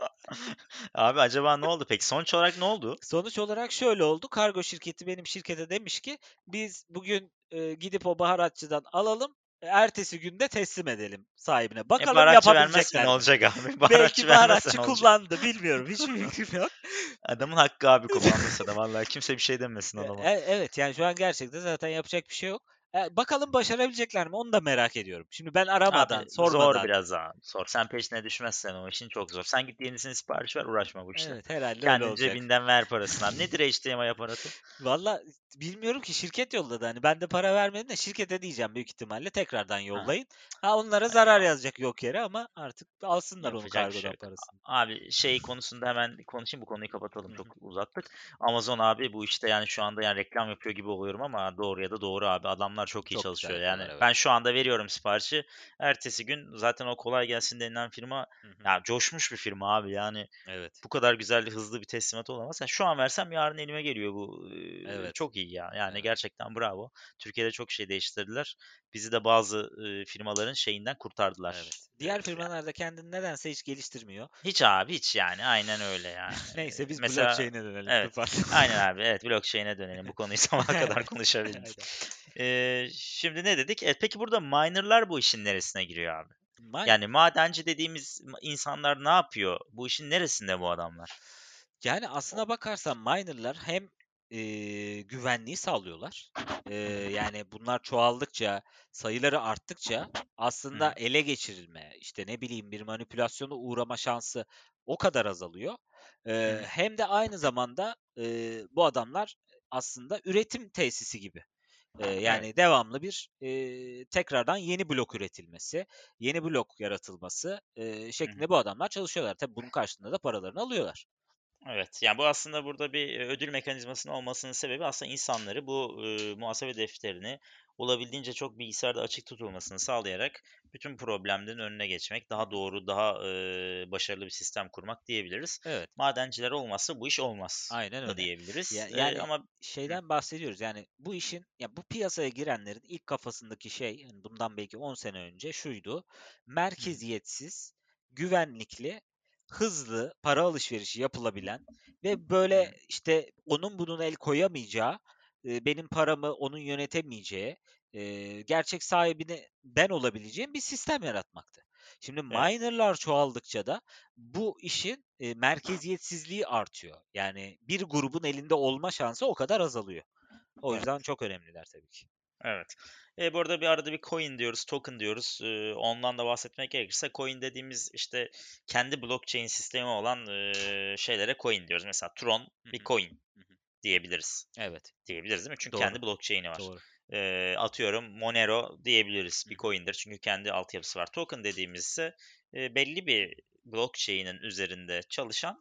Abi acaba ne oldu peki? Sonuç olarak ne oldu? Sonuç olarak şöyle oldu. Kargo şirketi benim şirkete demiş ki biz bugün, eee, gidip o baharatçıdan alalım, ertesi gün de teslim edelim sahibine. E, Bakalım baharatçı vermezse ne yapabilecekler mi? olacak abi? Baharatçı Belki vermezse baharatçı ne olacak? kullandı, bilmiyorum. Hiçbir fikrim yok. Adamın hakkı abi kullandıysa da vallahi kimse bir şey demesin E adama. e evet, yani şu an gerçekten zaten yapacak bir şey yok. Eee, bakalım başarabilecekler mi? Onu da merak ediyorum. Şimdi ben aramadan, Abi zor sormadan. biraz abi, zor. Sen peşine düşmezsen o işin çok zor. Sen git yenisini sipariş ver, uğraşma bu işle. Evet, herhalde öyle Kendin olacak. cebinden ver parasını abi. Nedir H D M I aparatı? Valla bilmiyorum ki, şirket yolladı, hani, ben de para vermedim de şirkete diyeceğim büyük ihtimalle tekrardan Ha, yollayın. Ha, onlara hay zarar Allah. yazacak yok yere ama artık alsınlar onun Yapacak bir şey kargodan yok. parasını. Abi şey konusunda hemen konuşayım, bu konuyu kapatalım, Hı çok hı. uzattık. Amazon abi bu işte, yani şu anda yani reklam yapıyor gibi oluyorum ama doğru ya da doğru abi. Adamlar çok iyi Çok güzel çalışıyor. yapıyorlar, Yani evet. ben şu anda veriyorum siparişi. Ertesi gün zaten o kolay gelsin denilen firma, Hı hı. ya coşmuş bir firma abi. Yani Evet, bu kadar güzel, hızlı bir teslimat olamaz. Yani şu an versem yarın elime geliyor bu. Eee, evet, çok iyi ya. Yani evet, gerçekten bravo. Türkiye'de çok şey değiştirdiler. Bizi de bazı, eee, firmaların şeyinden kurtardılar. evet. Eee, Diğer firmalar da kendini nedense hiç geliştirmiyor. Hiç abi, hiç yani. Aynen öyle yani. Neyse, Eee, biz mesela blockchain'e dönelim, evet. toparlayalım. Aynen abi. Evet, blockchain'e dönelim. Bu konuyu sabaha kadar konuşabiliriz. Aynen. Eee, şimdi ne dedik? Evet, peki burada miner'lar bu işin neresine giriyor abi? May Yani madenci dediğimiz ma insanlar ne yapıyor? Bu işin neresinde bu adamlar? Yani, aslına bakarsan miner'lar hem, eee, güvenliği sağlıyorlar. Eee, Hı hı. yani, bunlar çoğaldıkça, sayıları arttıkça Hı aslında hı. ele geçirilme, işte, ne bileyim, bir manipülasyona uğrama şansı o kadar azalıyor. Hı Eee, hı. hem de aynı zamanda, eee, bu adamlar aslında üretim tesisi gibi. Eee, Evet. yani, devamlı bir, eee, tekrardan yeni blok üretilmesi, yeni blok yaratılması, eee, Hı hı. şeklinde bu adamlar çalışıyorlar. Tabii bunun karşılığında da paralarını alıyorlar. Evet, yani, bu aslında burada bir, eee, ödül mekanizmasının olmasının sebebi aslında insanları bu, ııı, muhasebe defterini olabildiğince çok bilgisayarda açık tutulmasını sağlayarak bütün problemlerin önüne geçmek, Hı daha hı. doğru, daha, ııı, başarılı bir sistem kurmak diyebiliriz. Evet. Madenciler olmazsa bu iş olmaz Aynen da öyle. diyebiliriz. Ya, Eee, yani ama Hı, şeyden bahsediyoruz. Yani bu işin, ya bu piyasaya girenlerin ilk kafasındaki şey, yani bundan belki on sene önce şuydu: hı hı, merkeziyetsiz, güvenlikli, hızlı para alışverişi yapılabilen ve böyle hı, işte onun bunun el koyamayacağı, eee, benim paramı onun yönetemeyeceği, eee, gerçek sahibini ben olabileceğim bir sistem yaratmaktı. Şimdi evet, miner'lar çoğaldıkça da bu işin, eee, merkeziyetsizliği artıyor. Yani bir grubun elinde olma şansı o kadar azalıyor. O yüzden evet. çok önemliler tabii ki. Evet. Eee, bu arada bir arada bir coin diyoruz, token diyoruz. Eee, ondan da bahsetmek gerekirse coin dediğimiz, işte, kendi blockchain sistemi olan, eee, şeylere coin diyoruz. Mesela Tron Hı bir hı. coin Hı hı. diyebiliriz. Evet, Diyebiliriz değil mi? Çünkü doğru, kendi blockchain'i var. doğru. Eee, atıyorum Monero diyebiliriz. Hı Bir hı. coin'dir çünkü kendi altyapısı var. Token dediğimiz ise, eee, belli bir blockchain'in üzerinde çalışan,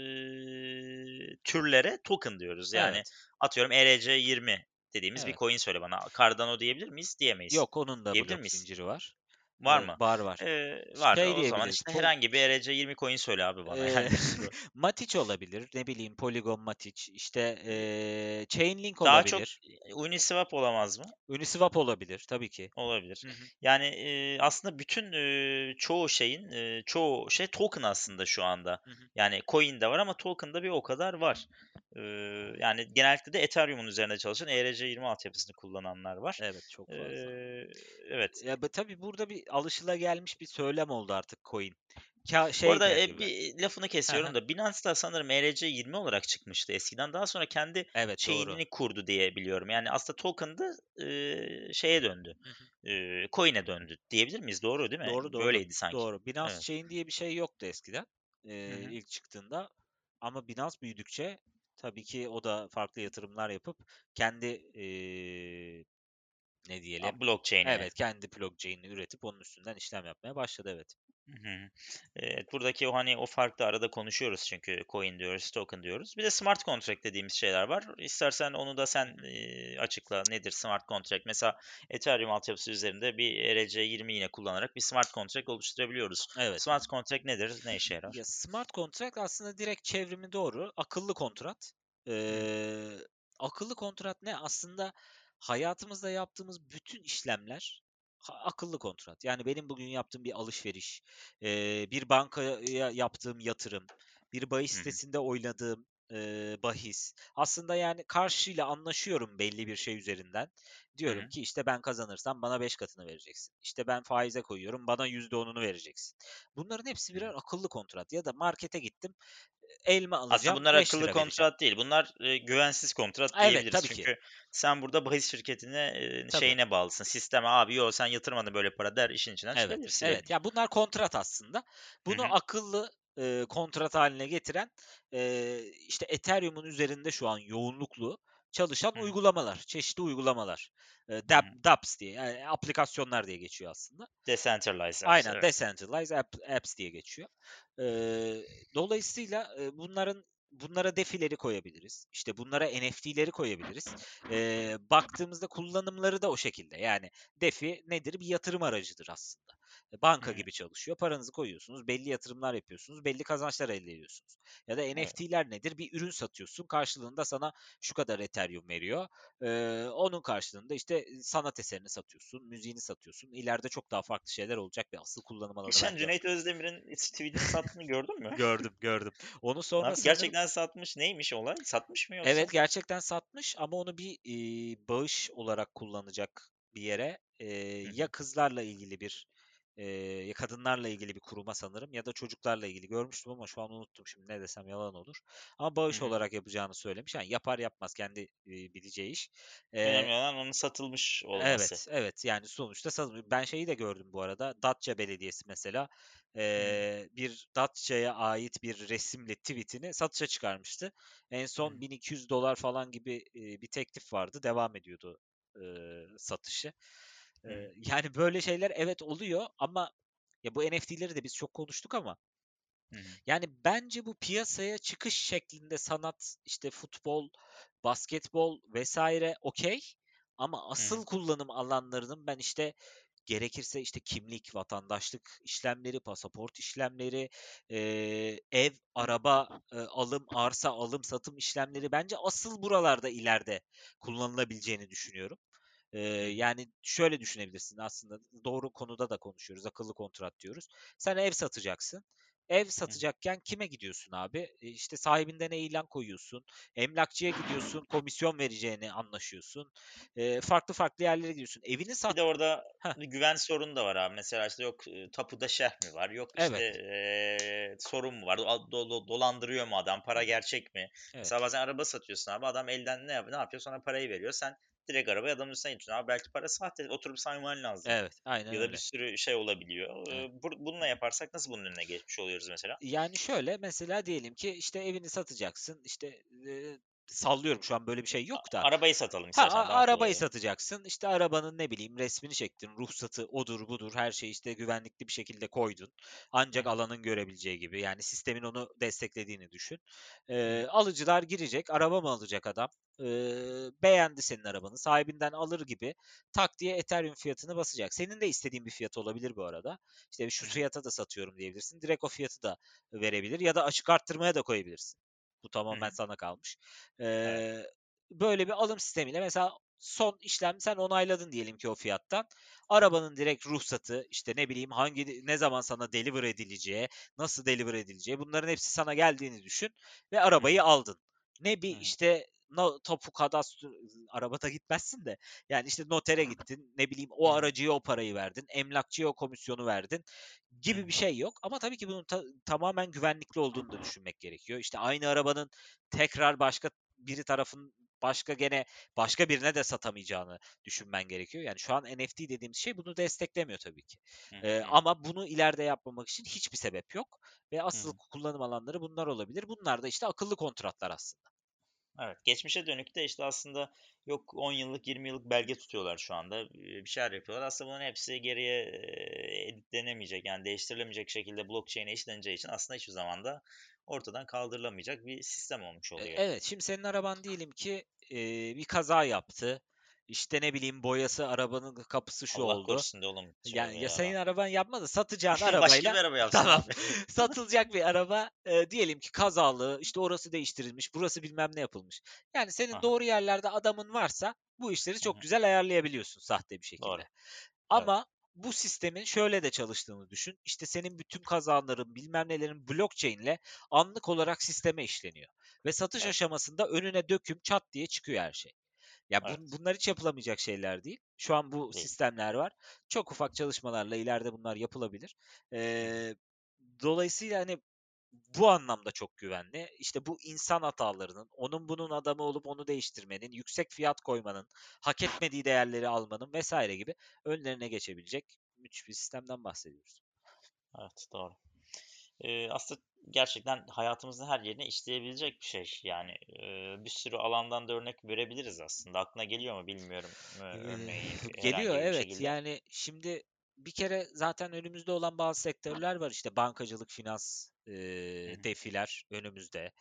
eee, türlere token diyoruz. Yani Evet, atıyorum E R C yirmi dediğimiz bir evet. coin söyle bana. Cardano diyebilir miyiz? Diyemeyiz. Yok, onun da Diyebilir blok miyiz? zinciri var. Var Eee, mı? var, var. Eee, var. Şey O zaman, diyebiliriz, işte, pol herhangi bir E R C yirmi coin söyle abi bana. eee, Yani bir sürü. Matic olabilir, ne bileyim, Polygon Matic, işte, eee, Chainlink Daha çok, olabilir, eee, Uniswap olamaz mı? Uniswap olabilir tabii ki. Olabilir. Hı hı. Yani, eee, aslında bütün, eee, çoğu şeyin, eee, çoğu şey token aslında şu anda. Hı hı. Yani coin de var ama token da bir o kadar var. Eee, yani genellikle de Ethereum'un üzerinde çalışan E R C yirmi altyapısını kullananlar var. Evet, çok fazla. Eee, evet. Ya, be tabii burada bir alışılagelmiş bir söylem oldu artık coin. Kâ Bu şey arada, der eee, gibi. bir lafını Hı hı. kesiyorum da Binance'da sanırım E R C yirmi olarak çıkmıştı eskiden. Daha sonra kendi Evet, doğru. chain'ini kurdu diye biliyorum. Yani aslında token'dı, eee, şeye döndü, Hı hı. eee, coin'e döndü diyebilir miyiz? Doğru değil mi? Doğru, doğru, Böyleydi sanki. doğru. Binance Evet. Chain diye bir şey yoktu eskiden, Hı eee, hı. ilk çıktığında ama Binance büyüdükçe tabii ki o da farklı yatırımlar yapıp kendi, eee, ne A, diyelim, blockchain'ini. evet, kendi blockchain'ini üretip onun üstünden işlem yapmaya başladı, evet. Hı hı. Evet, buradaki o, hani, o farklı arada konuşuyoruz çünkü coin diyoruz, token diyoruz. Bir de smart contract dediğimiz şeyler var. İstersen onu da sen, eee, açıkla. Nedir smart contract? Mesela Ethereum altyapısı üzerinde bir E R C yirmi yine kullanarak bir smart contract oluşturabiliyoruz. Evet. Smart contract nedir? Ne işe Ya, yarar? smart contract aslında direkt çevrimi doğru. Akıllı kontrat. Hı hı. Eee, akıllı kontrat ne? Aslında hayatımızda yaptığımız bütün işlemler ha akıllı kontrat. Yani benim bugün yaptığım bir alışveriş, eee, bir bankaya yaptığım yatırım, bir bahis Hı hı. sitesinde oynadığım, eee, bahis. Aslında yani karşıyla anlaşıyorum belli bir şey üzerinden. Hı Diyorum hı. ki, işte, ben kazanırsam bana beş katını vereceksin. İşte, ben faize koyuyorum, bana yüzde onunu vereceksin. Bunların hepsi Hı hı. birer akıllı kontrat ya da markete gittim, elma Aslında alacağım, bunlar beş akıllı lira vereceğim. kontrat değil. Bunlar, eee, güvensiz kontrat Evet, diyebiliriz. tabii ki. Çünkü sen burada bahis şirketine, eee, Tabii. şeyine bağlısın, sisteme, "Abi, yo, sen yatırmadın böyle para." der, işin içinden Evet, çıkabilirsin evet. direkt. Ya, bunlar kontrat aslında. Hı Bunu hı. akıllı, eee, kontrat haline getiren, eee, işte, Ethereum'un üzerinde şu an yoğunluklu çalışan Hı hı. uygulamalar, çeşitli uygulamalar. Eee, Hı dApp hı. dApps diye, yani aplikasyonlar diye geçiyor aslında. Decentralized apps, Aynen, evet. decentralized app apps diye geçiyor. Eee, dolayısıyla, eee, bunların bunlara defileri koyabiliriz. İşte, bunlara N F T'leri koyabiliriz. Eee, baktığımızda kullanımları da o şekilde. Yani defi nedir? Bir yatırım aracıdır aslında. E, Hı banka hı. gibi çalışıyor. Paranızı koyuyorsunuz, belli yatırımlar yapıyorsunuz, belli kazançlar elde ediyorsunuz. Ya da Evet. N F T'ler nedir? Bir ürün satıyorsun, karşılığında sana şu kadar Ethereum veriyor. Eee, onun karşılığında, işte, sanat eserini satıyorsun, müziğini satıyorsun. İleride çok daha farklı şeyler olacak ve asıl kullanım alanı Geçen bence o. Cüneyt Özdemir'in s tweetini sattığını gördün mü? Gördüm, gördüm. Onu sonra Abi sanırım gerçekten satmış. Neymiş olay? Satmış mı evet, yoksa? gerçekten satmış ama onu bir, iii, bağış olarak kullanacak bir yere. Eee, Hı ya hı. kızlarla ilgili bir, eee, ya kadınlarla ilgili bir kuruma sanırım ya da çocuklarla ilgili görmüştüm ama şu an unuttum şimdi ne desem yalan olur. Ama Hı bağış hı. olarak yapacağını söylemiş. Yani yapar yapmaz kendi, eee, bileceği iş. Önemli Eee olan onun satılmış olması. Evet, evet. Yani sonuçta saz ben şeyi de gördüm bu arada. Datça Belediyesi mesela, Hı hı. eee, bir Datça'ya ait bir resimle tweetini satışa çıkarmıştı. En Hı son hı. bin iki yüz dolar falan gibi, eee, bir teklif vardı. Devam ediyordu, eee, satışı. Hı hı. Eee, yani böyle şeyler evet oluyor ama ya bu N F T'leri de biz çok konuştuk ama Hı hı. yani, bence bu piyasaya çıkış şeklinde sanat, işte, futbol, basketbol vesaire okay ama Hı hı. asıl kullanım alanlarının ben, işte, gerekirse, işte, kimlik, vatandaşlık işlemleri, pasaport işlemleri, eee, ev, araba, eee, alım, arsa alım, satım işlemleri bence asıl buralarda ileride kullanılabileceğini düşünüyorum. Eee, Hı hı. yani şöyle düşünebilirsin aslında doğru konuda da konuşuyoruz, akıllı kontrat diyoruz. Sen ev satacaksın. Ev Hı hı. satacakken kime gidiyorsun abi? E, işte sahibinden ilan koyuyorsun. Emlakçıya gidiyorsun, komisyon vereceğini anlaşıyorsun. Eee, farklı farklı yerlere gidiyorsun. Evini Bir sat. de orada Heh, bir güven sorunu da var abi. Mesela, işte, yok, eee, tapuda şerh mi var, yok, işte, evet. eee, sorun mu var, a do do dolandırıyor mu adam, Hı para hı. gerçek mi? Mesela Evet. bazen araba satıyorsun abi, adam elden ne yap ne yapıyor? Sana parayı veriyor. Sen direkt arabayı adamın üstüne getiriyorsun. Abi belki para sahte, oturup sayman lazım Evet. Aynen ya da bir öyle. sürü şey olabiliyor. Evet. Eee, bur bununla yaparsak nasıl bunun önüne geçmiş oluyoruz mesela? Yani, şöyle, mesela diyelim ki, işte, evini satacaksın, işte, eee, sallıyorum şu an böyle bir şey A yok da. arabayı satalım Ha, a istersen, daha kolay arabayı olur. satacaksın. İşte arabanın ne bileyim resmini çektin, ruhsatı odur budur her şeyi işte güvenlikli bir şekilde koydun. Hı Ancak hı. alanın görebileceği gibi yani sistemin onu desteklediğini düşün. Hı Eee, hı. alıcılar girecek, araba mı alacak adam? Eee, beğendi senin arabanı, sahibinden alır gibi tak diye Ethereum fiyatını basacak. Senin de istediğin bir fiyat olabilir bu arada. İşte Hı şu hı. fiyata da satıyorum diyebilirsin. Direkt o fiyatı da verebilir ya da açık arttırmaya da koyabilirsin. Bu Hı tamamen hı. sana kalmış. Evet. Eee Böyle bir alım sistemiyle mesela son işlem sen onayladın diyelim ki o fiyattan. Arabanın direkt ruhsatı, işte ne bileyim hangi ne zaman sana deliver edileceği, nasıl deliver edileceği bunların hepsi sana geldiğini düşün ve Hı hı. arabayı aldın. Ne bir Hı hı. işte no, tapu kadastro arabada gitmezsin de yani işte notere gittin ne bileyim Hı o hı. aracıya o parayı verdin emlakçıya o komisyonu verdin Hı gibi hı. bir şey yok ama tabii ki bunun ta- tamamen güvenlikli olduğunu da düşünmek gerekiyor. İşte aynı arabanın tekrar başka biri tarafın başka gene başka birine de satamayacağını düşünmen gerekiyor. Yani şu an N F T dediğimiz şey bunu desteklemiyor tabii ki. Hı hı. Eee, Hı hı. ama bunu ileride yapmamak için hiçbir sebep yok ve Hı asıl hı. kullanım alanları bunlar olabilir. Bunlar da işte akıllı kontratlar aslında. Evet. Geçmişe dönük de işte aslında yok on yıllık, yirmi yıllık belge tutuyorlar şu anda. Eee, bir şeyler yapıyorlar. Aslında bunların hepsi geriye, eee, editlenemeyecek, yani değiştirilemeyecek şekilde blockchain'e işleneceği için aslında hiçbir zaman da ortadan kaldırılamayacak bir sistem olmuş E, oluyor. evet, şimdi senin araban diyelim ki eee, bir kaza yaptı. İşte ne bileyim boyası arabanın kapısı şu Allah oldu. korusun de oğlum Yani tövbe ya senin yarabbim. araban yapma da satacağın Başka bir arabayla araba yapsın tamam abi. satılacak bir araba e, diyelim ki kazalı işte orası değiştirilmiş burası bilmem ne yapılmış. Yani Hı senin hı. doğru yerlerde adamın varsa bu işleri Hı çok hı. güzel ayarlayabiliyorsun sahte bir şekilde. Doğru. Evet. Ama bu sistemin şöyle de çalıştığını düşün. İşte senin bütün kazanların bilmem nelerin blockchain ile anlık olarak sisteme işleniyor. Ve satış Evet. aşamasında önüne döküm çat diye çıkıyor her şey. Ya bun Evet. bunlar hiç yapılamayacak şeyler değil. Şu an bu Değil. sistemler var. Çok ufak çalışmalarla ileride bunlar yapılabilir. Hı hı. Eee, dolayısıyla hani bu anlamda çok güvenli. İşte bu insan hatalarının, onun bunun adamı olup onu değiştirmenin, yüksek fiyat koymanın, hak etmediği değerleri almanın vesaire gibi önlerine geçebilecek müthiş bir sistemden bahsediyoruz. Evet, doğru. Eee, aslında gerçekten hayatımızın her yerine işleyebilecek bir şey. Yani, eee, bir sürü alandan da örnek verebiliriz aslında. Aklına geliyor mu bilmiyorum, eee, Eee, örneği geliyor herhangi bir evet. şekilde. Yani şimdi bir kere zaten önümüzde olan bazı sektörler var. İşte bankacılık, finans, Hı eee, hı. defiler önümüzde.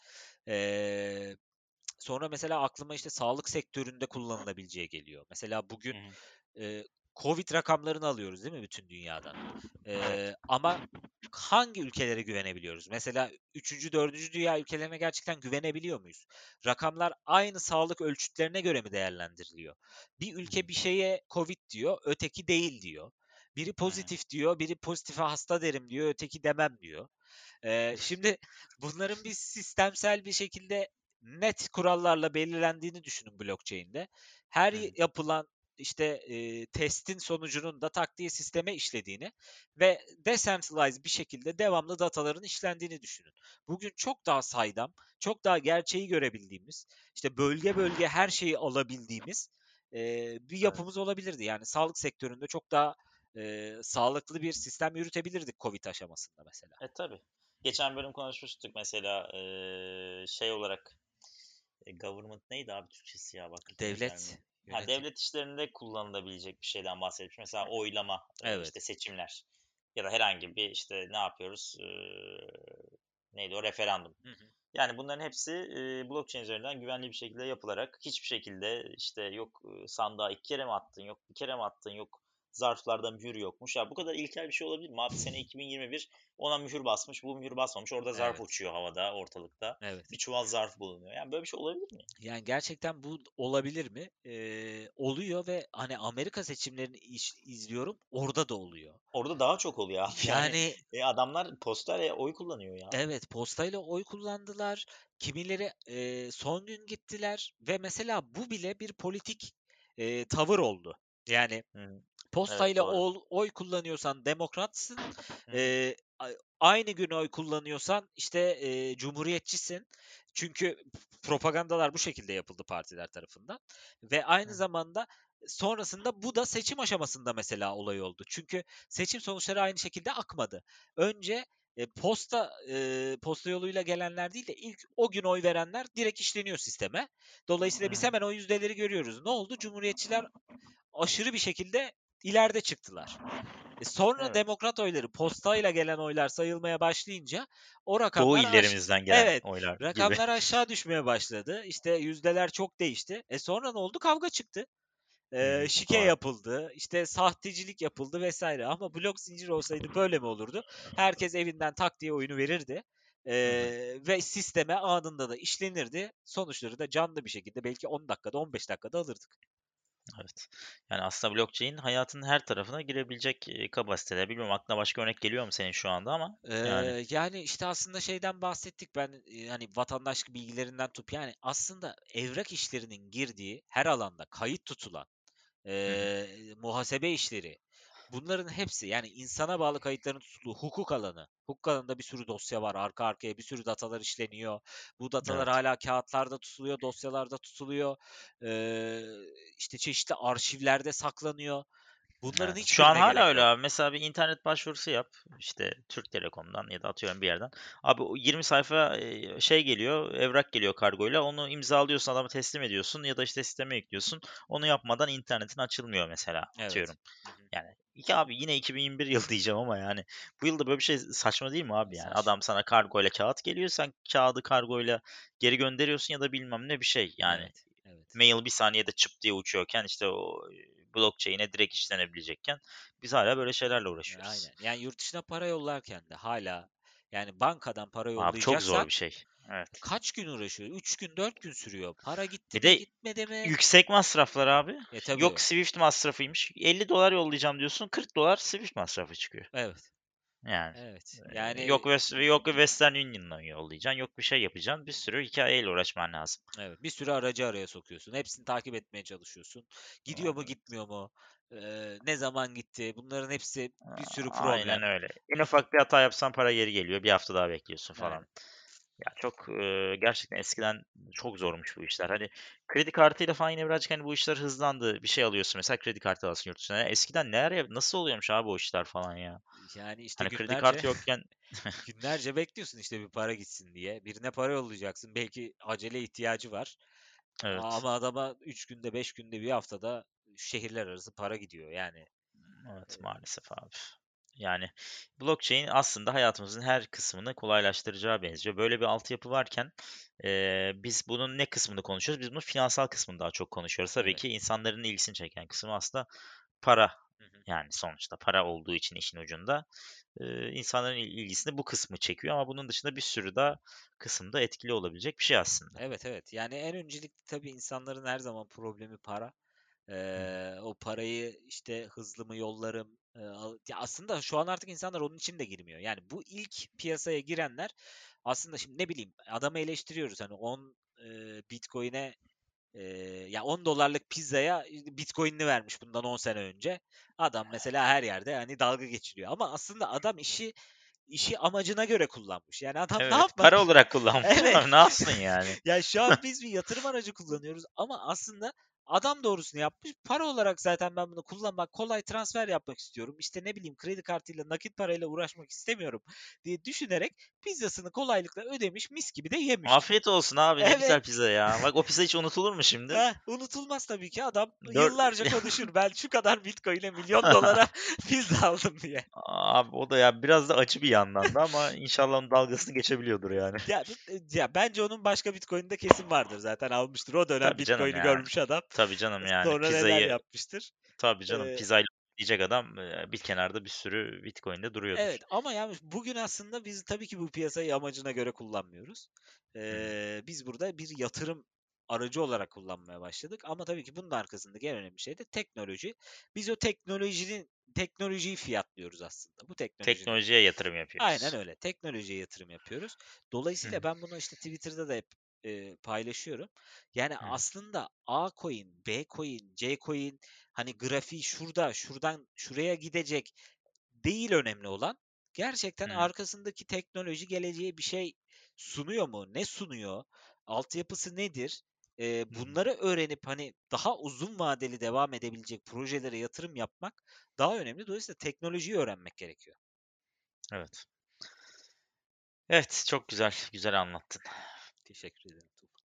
Eee, sonra mesela aklıma işte sağlık sektöründe kullanılabileceği geliyor. Mesela Hı bugün hı. eee Covid rakamlarını alıyoruz değil mi bütün dünyadan? Evet. Eee, ama hangi ülkelere güvenebiliyoruz? Mesela üçüncü, dördüncü dünya ülkelerine gerçekten güvenebiliyor muyuz? Rakamlar aynı sağlık ölçütlerine göre mi değerlendiriliyor? Bir Hı hı. ülke bir şeye Covid diyor, öteki değil diyor. Biri Hı hı. pozitif diyor, biri pozitife hasta derim diyor, öteki demem diyor. Eee, şimdi bunların bir sistemsel bir şekilde net kurallarla belirlendiğini düşünün blockchain'de. Her Hı hı. yapılan işte eee, testin sonucunun da tak diye sisteme işlediğini ve decentralized bir şekilde devamlı dataların işlendiğini düşünün. Bugün çok daha saydam, çok daha gerçeği görebildiğimiz, işte bölge bölge her şeyi alabildiğimiz eee, bir Evet. yapımız olabilirdi. Yani sağlık sektöründe çok daha eee, sağlıklı bir sistem yürütebilirdik Covid aşamasında mesela. E, tabii. Geçen bölüm konuşmuştuk mesela, eee, şey olarak, eee, government neydi abi Türkçesi ya? Bak aklıma gelmiyor. Devlet, Ha, yönetim. devlet işlerinde kullanılabilecek bir şeyden bahsetmiş. Mesela oylama, eee, işte Evet. seçimler ya da herhangi bir, işte, ne yapıyoruz, eee, neydi o? Referandum. Hı hı. Yani bunların hepsi, eee, blockchain üzerinden güvenli bir şekilde yapılarak hiçbir şekilde, işte, yok, ııı, sandığa iki kere mi attın, yok bir kere mi attın, yok zarflarda mühür yokmuş. Ya, bu kadar ilkel bir şey olabilir mi abi? Sene iki bin yirmi bir ona mühür basmış, bu mühür basmamış. Orada zarf Evet. uçuyor havada, ortalıkta. Bir Evet. çuval zarf bulunuyor. Yani, böyle bir şey olabilir mi? Yani gerçekten bu olabilir mi? Eee, oluyor ve hani Amerika seçimlerini iş izliyorum, orada da oluyor. Orada daha çok oluyor abi. Yani, Yani eee, adamlar postayla oy kullanıyor ya. evet, postayla oy kullandılar. Kimileri eee, son gün gittiler ve mesela bu bile bir politik eee, tavır oldu. Yani Hı. Evet, postayla doğru. ol oy kullanıyorsan demokratsın, Hı hı. eee, a aynı gün oy kullanıyorsan, işte, eee, cumhuriyetçisin. Çünkü propagandalar bu şekilde yapıldı partiler tarafından ve Hı aynı hı. zamanda sonrasında bu da seçim aşamasında mesela olay oldu. Çünkü seçim sonuçları aynı şekilde akmadı. Önce, eee, posta, eee, posta yoluyla gelenler değil de ilk o gün oy verenler direkt işleniyor sisteme. Hı Dolayısıyla biz hı. hemen o yüzdeleri görüyoruz. Ne oldu? Cumhuriyetçiler aşırı bir şekilde ileride çıktılar. E sonra Evet. demokrat oyları postayla gelen oylar sayılmaya başlayınca o Doğu rakamlar aş illerimizden gelen evet, oylar gibi. rakamlar aşağı düşmeye başladı. İşte yüzdeler çok değişti. E sonra ne oldu? Kavga çıktı. Hı Eee, hı. şike Doğru. yapıldı, işte sahtecilik yapıldı vesaire. Ama blok zincir olsaydı böyle mi olurdu? Herkes evinden tak diye oyunu verirdi. Hı hı. Eee, ve sisteme anında da işlenirdi. Sonuçları da canlı bir şekilde belki on dakikada, on beş dakikada alırdık. Evet. Yani, aslında blockchain hayatın her tarafına girebilecek, eee, kapasitede. Bilmiyorum aklına başka örnek geliyor mu senin şu anda ama yani. Eee, yani, işte, aslında şeyden bahsettik. Ben, eee, hani, vatandaşlık bilgilerinden tut yani, aslında evrak işlerinin girdiği her alanda kayıt tutulan, Hı hı. eee, muhasebe işleri, bunların hepsi, yani, insana bağlı kayıtların tutulduğu hukuk alanı, hukuk alanında bir sürü dosya var, arka arkaya bir sürü datalar işleniyor. Bu datalar Evet. hâlâ kağıtlarda tutuluyor, dosyalarda tutuluyor. Eee, işte, çeşitli arşivlerde saklanıyor. Bunların Evet. Şu an hiçbirine hala gerek öyle yok. abi. Mesela bir internet başvurusu yap. İşte Türk Telekom'dan ya da atıyorum bir yerden. Abi o yirmi sayfa e, şey geliyor, evrak geliyor kargoyla. Onu imzalıyorsun, adama teslim ediyorsun ya da işte sisteme yüklüyorsun. Onu yapmadan internetin açılmıyor mesela Evet. atıyorum. Hı hı. Yani iki abi yine iki bin yirmi bir yıl diyeceğim ama yani bu yılda böyle bir şey saçma değil mi abi yani? Saçma. Adam sana kargoyla kağıt geliyor, sen kağıdı kargoyla geri gönderiyorsun ya da bilmem ne bir şey. Yani Evet. Evet. mail bir saniyede çıp diye uçuyorken işte o e, blockchain'e direkt işlenebilecekken biz hala böyle şeylerle E, uğraşıyoruz. Aynen. Yani yurt dışına para yollarken de hala yani bankadan para Abi çok zor yollayacaksan bir şey. Evet. kaç gün uğraşıyor? Üç gün, dört gün sürüyor. Para gitti Bir mi, de gitmedi mi? yüksek masraflar abi. E Yok tabii. Swift masrafıymış. elli dolar yollayacağım diyorsun, kırk dolar Swift masrafı çıkıyor. Evet. Yani. Evet. Eee, yok Yani West yok Western Union'dan yollayacaksın, yok bir şey yapacaksın. Bir sürü hikayeyle uğraşman lazım. evet, bir sürü aracı araya sokuyorsun. Hepsini takip etmeye çalışıyorsun. Gidiyor mu, Vallahi. gitmiyor mu? Ee, ne zaman gitti? Bunların hepsi bir sürü Aynen problem. öyle. En ufak bir hata yapsan para geri geliyor. Bir hafta daha bekliyorsun falan. Aynen. Ya çok eee, gerçekten eskiden çok zormuş bu işler. Hani kredi kartıyla falan yine birazcık hani bu işler hızlandı. Bir şey alıyorsun mesela, kredi kartı alıyorsun yurt dışına. Ya eskiden neler yap nasıl oluyormuş abi o işler falan ya. Yani işte Hani kredi günlerce kartı yokken günlerce bekliyorsun işte bir para gitsin diye. Birine para yollayacaksın. Belki acele ihtiyacı var. evet. Ama adama üç günde, beş günde, bir haftada şehirler arası para gidiyor. Yani e, Evet maalesef abi. Yani blockchain aslında hayatımızın her kısmını kolaylaştıracağı benziyor. Böyle bir altyapı varken eee, biz bunun ne kısmını konuşuyoruz? Biz bunun finansal kısmını daha çok konuşuyoruz. Tabii evet. ki insanların ilgisini çeken kısmı aslında para. Hı hı. Yani sonuçta para olduğu için işin ucunda eee, insanların il- ilgisini bu kısmı çekiyor ama bunun dışında bir sürü daha kısımda etkili olabilecek bir şey aslında. Evet, evet. Yani en öncelikli tabii insanların her zaman problemi para. Hı hı. Eee, o parayı işte hızlı mı yollarım? Eee, al- ya aslında şu an artık insanlar onun için de girmiyor. Yani bu ilk piyasaya girenler aslında şimdi ne bileyim adamı eleştiriyoruz hani on eee, Bitcoin'e eee, ya on dolarlık pizzaya Bitcoin'ini vermiş bundan on sene önce. Adam mesela her yerde hani dalga geçiliyor. Ama aslında adam işi işi amacına göre kullanmış. Yani adam ne Evet, para yapmak? olarak kullanmış değil Evet. mi? Ne yapsın yani? Ya şu an biz bir yatırım aracı kullanıyoruz ama aslında adam doğrusunu yapmış. Para olarak zaten ben bunu kullanmak, kolay transfer yapmak istiyorum. İşte ne bileyim kredi kartıyla, nakit parayla uğraşmak istemiyorum diye düşünerek pizzasını kolaylıkla ödemiş, mis gibi de yemiş. Afiyet olsun abi, ne Evet. güzel pizza ya. Bak o pizza hiç unutulur mu şimdi? Heh, unutulmaz tabii ki adam Dört yıllarca konuşur. Ben şu kadar Bitcoin'e milyon dolara pizza aldım diye. Abi o da ya biraz da acı bir yandan da ama inşallah onun dalgasını geçebiliyordur yani. Ya, ya bence onun başka Bitcoin'de kesin vardır zaten almıştır. O dönem Tabii canım Bitcoin'i ya. görmüş adam. Tabii canım yani Sonra neler pizzayı yapmıştır. tabii canım Ee, pizzayla yiyecek adam e, bir kenarda bir sürü Bitcoin'de duruyordur. Evet ama yani bugün aslında biz tabii ki bu piyasayı amacına göre kullanmıyoruz. Hı hı, Ee, biz burada bir yatırım aracı olarak kullanmaya başladık. Ama tabii ki bunun arkasındaki en önemli şey de teknoloji. Biz o teknolojinin teknolojiyi fiyatlıyoruz aslında. Bu teknolojinin teknolojiye yatırım aynen yapıyoruz. öyle. Teknolojiye yatırım yapıyoruz. Hı Dolayısıyla hı, ben bunu işte Twitter'da da hep e, paylaşıyorum. Yani hı hı, aslında A coin, B coin, C coin hani grafiği şurada, şuradan şuraya gidecek değil önemli olan. Gerçekten hı hı, arkasındaki teknoloji geleceğe bir şey sunuyor mu? Ne sunuyor? Altyapısı nedir? Eee, hı hı. bunları öğrenip hani daha uzun vadeli devam edebilecek projelere yatırım yapmak daha önemli. Dolayısıyla teknolojiyi öğrenmek gerekiyor. Evet. Evet, çok güzel, güzel anlattın. Teşekkür ederim Tufan.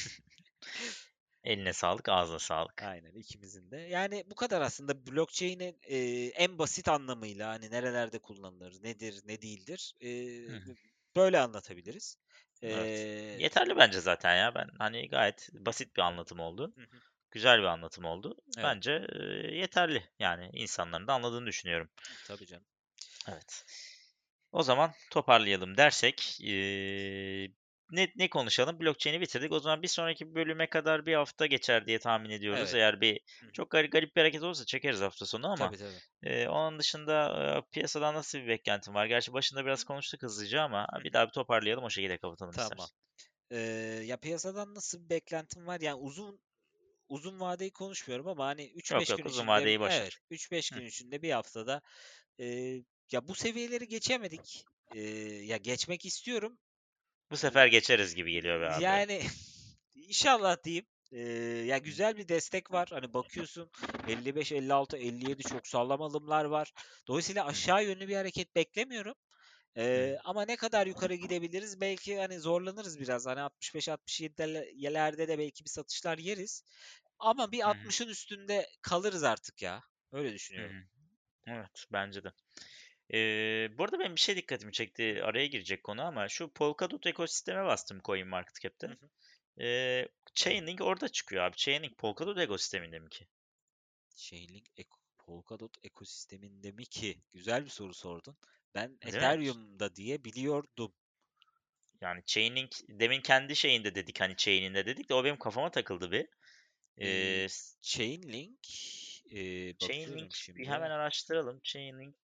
Eline sağlık, ağzına sağlık. Aynen ikimizin de. Yani bu kadar aslında blockchain'in eee, en basit anlamıyla hani nerelerde kullanılır, nedir, ne değildir Hı eee, hı. böyle anlatabiliriz. Evet. Eee, Yeterli bence zaten ya. Ben hani gayet basit bir anlatım oldu. hı hı, Güzel bir anlatım oldu. evet, Bence e, yeterli. Yani insanların da anladığını düşünüyorum. tabii canım. Evet. O zaman toparlayalım dersek eee, ne, ne konuşalım? Blockchain'i bitirdik. O zaman bir sonraki bölüme kadar bir hafta geçer diye tahmin ediyoruz. Evet. Eğer bir Hı hı. çok garip, garip bir hareket olursa çekeriz hafta sonu ama Tabii tabii. eee, onun dışında eee, piyasadan nasıl bir beklentin var? Gerçi başında biraz konuştuk hızlıca ama Hı bir hı. daha bir toparlayalım, o şekilde kapatalım Tamam. istersen. Eee, ya piyasadan nasıl bir beklentim var? Yani uzun uzun vadeyi konuşmuyorum ama hani üç Yok beş yok, gün uzun içinde vadeyi boş evet ver. üç beş Hı. gün içinde bir haftada eee, ya bu seviyeleri geçemedik. Eee, ya geçmek istiyorum. Bu sefer Eee, geçeriz gibi geliyor be abi. yani inşallah diyeyim. Ee, ya güzel bir destek var. Hani bakıyorsun elli beş, elli altı, elli yedi çok sağlam alımlar var. Dolayısıyla Hı hı. aşağı yönlü bir hareket beklemiyorum. Hı hı. Ee, ama ne kadar yukarı gidebiliriz? Belki hani zorlanırız biraz. Hani altmış beş altmış yedilerde de belki bir satışlar yeriz. Ama bir Hı hı. altmışın üstünde kalırız artık ya. Öyle Hı düşünüyorum. hı. Evet, bence de. Ee, bu arada benim bir şey dikkatimi çekti. Araya girecek konu ama şu Polkadot ekosisteme bastım Hı CoinMarketCap'te. hı. Ee, Chainlink orada çıkıyor abi. Chainlink Polkadot ekosisteminde mi ki? Chainlink eko- Polkadot ekosisteminde mi ki? Güzel bir soru sordun. Ben Değil mi? Ethereum'da diye biliyordum. Yani Chainlink demin kendi şeyinde dedik hani chain'inde dedik de o benim kafama takıldı bir. Ee, Ee, s- Chainlink ee, bakıyorum Chainlink bir hemen şimdi. araştıralım. Chainlink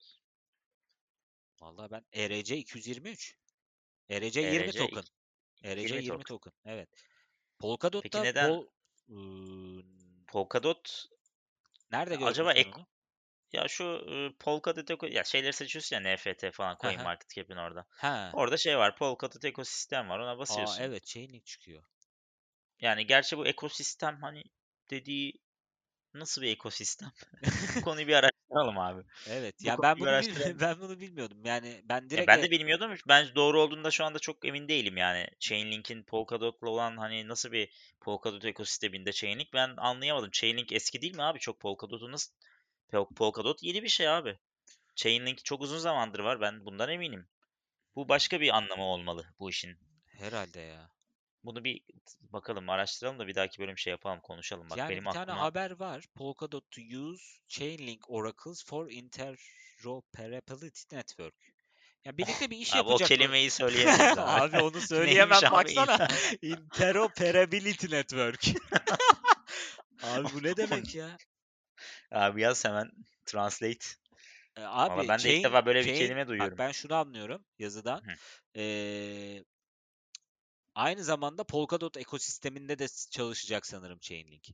Vallahi ben E R C iki yüz yirmi üç. E R C yirmi E R C token. E R C yirmi yirmi token. token. Evet. Peki Polkadot'ta neden Pol Iıı, Polkadot nerede gördün acaba sen ek onu? ya şu e, Polkadot eko- ya şeyleri seçiyorsun ya N F T falan Hı hı. CoinMarketCap'in orada. Ha. Orada şey var. Polkadot ekosistem var. Ona Aa basıyorsun. evet Chainlink çıkıyor. Yani gerçi bu ekosistem hani dediği nasıl bir ekosistem? Bu konuyu bir araştıralım abi. Evet. Bu Ya ben konuyu bir bunu bil araştıralım. ben bunu bilmiyordum. Yani ben Ya direkt ben e, de bilmiyordum. Ben doğru olduğunda şu anda çok emin değilim yani. Chainlink'in Polkadot'la olan hani nasıl bir Polkadot ekosisteminde Chainlink ben anlayamadım. Chainlink eski değil mi abi? Çok Polkadot'u nasıl? Pol- Polkadot yeni bir şey abi. Chainlink çok uzun zamandır var. Ben bundan eminim. Bu başka bir anlamı olmalı bu işin. herhalde ya. Bunu bir bakalım, araştıralım da bir dahaki bölüm şey yapalım, konuşalım. Bak Yani benim bir tane aklıma haber var. Polkadot to use Chainlink oracles for interoperability network. Ya birlikte bir iş abi o yapacaklar. kelimeyi söyleyemeyiz abi. Abi onu Neymiş söyleyemem abi? baksana. Interoperability network. Abi bu ne O- demek ya? Abi yaz hemen translate. E, Valla abi ben de ilk chain defa böyle bir chain kelime bak duyuyorum. ben şunu anlıyorum yazıdan. Hı. Ee, aynı zamanda Polkadot ekosisteminde de çalışacak sanırım Chainlink.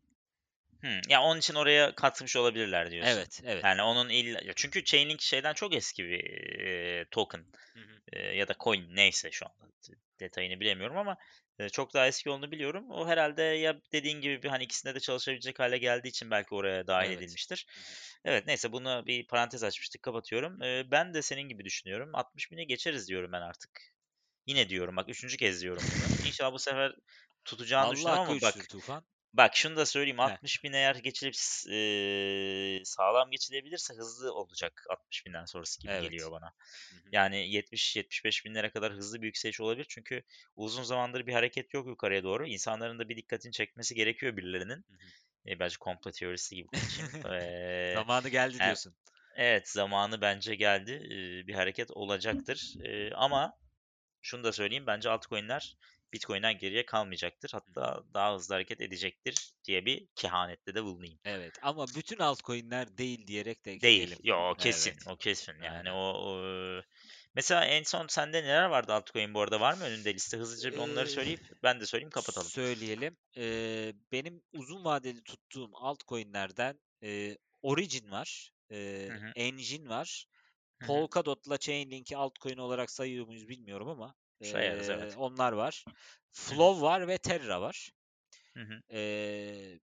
Hı. Ya onun için oraya katmış olabilirler diyorsun. Evet, evet. Yani onun illa ya çünkü Chainlink şeyden çok eski bir e, token. Hı hı. Eee, ya da coin neyse şu anda d detayını bilemiyorum ama, eee, çok daha eski olduğunu biliyorum. O herhalde ya dediğin gibi bir, hani, ikisinde de çalışabilecek hale geldiği için belki oraya dahil Evet. edilmiştir. Hı hı. Evet, neyse bunu bir parantez açmıştık, kapatıyorum. Eee, ben de senin gibi düşünüyorum. altmış bine geçeriz diyorum ben artık. Yine diyorum bak üçüncü kez diyorum bunu. İnşallah bu sefer tutacağını Allah düşünüyorum ama korusun bak Tufan. Bak şunu da söyleyeyim, Heh. altmış bin eğer geçilip s eee, sağlam geçilebilirse hızlı olacak altmış binden sonrası gibi Evet. geliyor bana. Hı hı. Yani yetmiş yetmiş beş binlere kadar hızlı bir yükseliş olabilir. Çünkü uzun zamandır bir hareket yok yukarıya doğru. İnsanların da bir dikkatini çekmesi gerekiyor birilerinin. Hı hı. Eee, birazcık komplo teorisi gibi konuşayım. Eee, Zamanı geldi hem diyorsun. evet, zamanı bence geldi. Eee, bir hareket olacaktır. Eee, ama şunu da söyleyeyim, bence altcoin'ler Bitcoin'den geriye kalmayacaktır. Hı hı. Hatta daha hızlı hareket edecektir diye bir kehanette de bulunayım. Evet ama bütün altcoin'ler değil diyerek de Değil. ekleyelim. Yo, o kesin. Evet. O kesin. Yani Aynen. o, o mesela en son sende neler vardı altcoin bu arada? Var mı önünde liste? Hızlıca bir onları Ee, söyleyip ben de söyleyeyim kapatalım. söyleyelim. Ee, benim uzun vadeli tuttuğum altcoin'lerden e, Origin var. Hı E, hı. Engine var. Hı hı. Polkadot'la Chainlink'i altcoin olarak sayıyor muyuz bilmiyorum ama Sayarız eee, evet. onlar var. Hı hı. Flow var ve Terra var. Hı hı. Eee,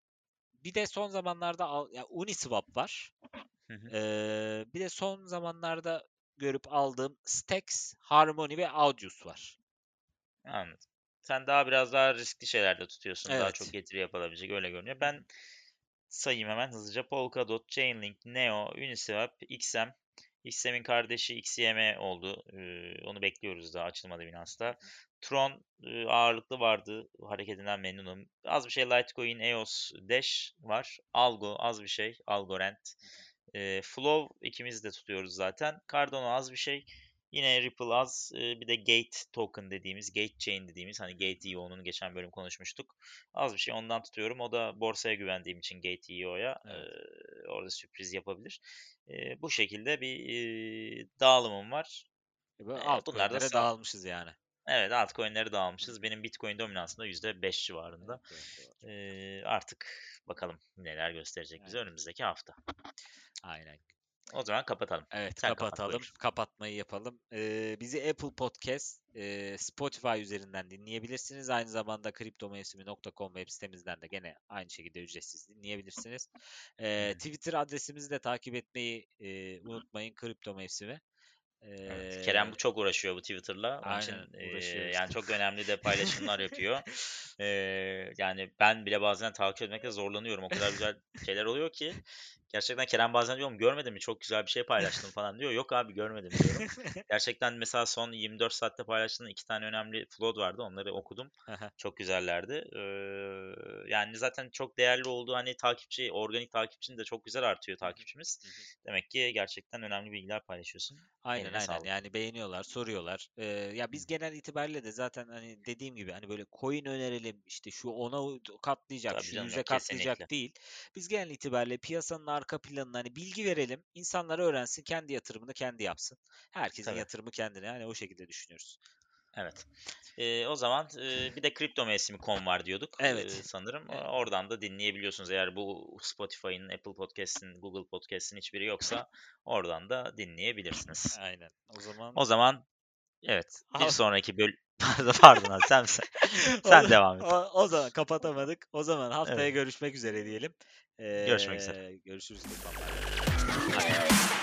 bir de son zamanlarda al, ya Uniswap var. Hı hı. Eee, bir de son zamanlarda görüp aldığım Stacks, Harmony ve Audius var. Anladım. Sen daha biraz daha riskli şeylerde tutuyorsun. Daha çok Evet. getiri yapılabilecek öyle görünüyor. Hı hı. Ben sayayım hemen hızlıca. Polkadot, Chainlink, Neo, Uniswap, X M. X M'in kardeşi X Y M oldu. Ee, onu bekliyoruz daha açılmadı Hı Binance'da. hı. Tron e, ağırlıklı vardı. Hareketinden memnunum. Az bir şey Litecoin, E O S, Dash var. Algo az bir şey. Algorand. Hı hı. E, Flow ikimiz de tutuyoruz zaten. Cardano az bir şey. Yine Ripple az. E, bir de Gate token dediğimiz, Gate Chain dediğimiz hani Hı hı. Gate E O'nun geçen bölüm konuşmuştuk. Az bir şey ondan tutuyorum. O da borsaya güvendiğim için Gate E O'ya e, Evet. orada sürpriz yapabilir. E, bu şekilde bir e, dağılımım var. E, Böyle E, bunlar da altcoin'lere sağ, dağılmışız yani. evet altcoin'leri Hı dağılmışız. hı. Benim Bitcoin dominansım da yüzde beş civarında. Evet, evet, doğru. E, artık bakalım neler gösterecek bize Evet. önümüzdeki hafta. Aynen. O zaman kapatalım. Evet, Sen kapat, kapatalım. buyur. Kapatmayı yapalım. Ee, bizi Apple Podcast, e, Spotify üzerinden dinleyebilirsiniz. Aynı zamanda kriptomevsimi nokta com web sitemizden de gene aynı şekilde ücretsiz dinleyebilirsiniz. Hı Ee, hı. Twitter adresimizi de takip etmeyi e, unutmayın. Kripto mevsimi. Evet. Kerem bu Ee, çok uğraşıyor bu Twitter'la. Onun aynen için e, uğraşıyoruz. yani çok önemli de paylaşımlar yapıyor. E, Yani ben bile bazen takip etmekte zorlanıyorum. O kadar güzel şeyler oluyor ki. Gerçekten Kerem bazen diyorum görmedin mi? Çok güzel bir şey paylaştım falan diyor. Yok abi görmedim diyorum. Gerçekten mesela son yirmi dört saatte paylaştığın iki tane önemli flood vardı. Onları okudum. Çok güzellerdi. Ee, Yani zaten çok değerli olduğu hani takipçi, organik takipçinin de çok güzel artıyor Hı hı, takipçimiz. hı hı. Demek ki gerçekten önemli bilgiler paylaşıyorsun. Aynen Eline aynen sağlık. yani beğeniyorlar, soruyorlar. Ee, ya Hı biz hı. genel itibariyle de zaten hani dediğim gibi hani böyle coin önerelim işte şu ona u- katlayacak, Tabii şu canım yüze yok kesinlikle. katlayacak değil. Biz genel itibariyle piyasanın arka planını hani bilgi verelim, insanlar öğrensin, kendi yatırımını kendi yapsın. Herkesin Tabii. yatırımı kendine hani o şekilde düşünüyoruz. Evet. Ee, o zaman e, bir de kripto mevsimi nokta com var diyorduk e, Evet. sanırım. E, Oradan da dinleyebiliyorsunuz. Eğer bu Spotify'ın, Apple Podcast'in, Google Podcast'in hiçbiri yoksa oradan da dinleyebilirsiniz. aynen. O zaman O zaman evet bir Al- sonraki böl pardon, pardon abi, sen, sen o, sen devam et. o, o zaman kapatamadık. O zaman Evet. haftaya görüşmek üzere diyelim. Görüşmek üzere. Ee, görüşürüz Gökhan. Bay bay. Bay bay.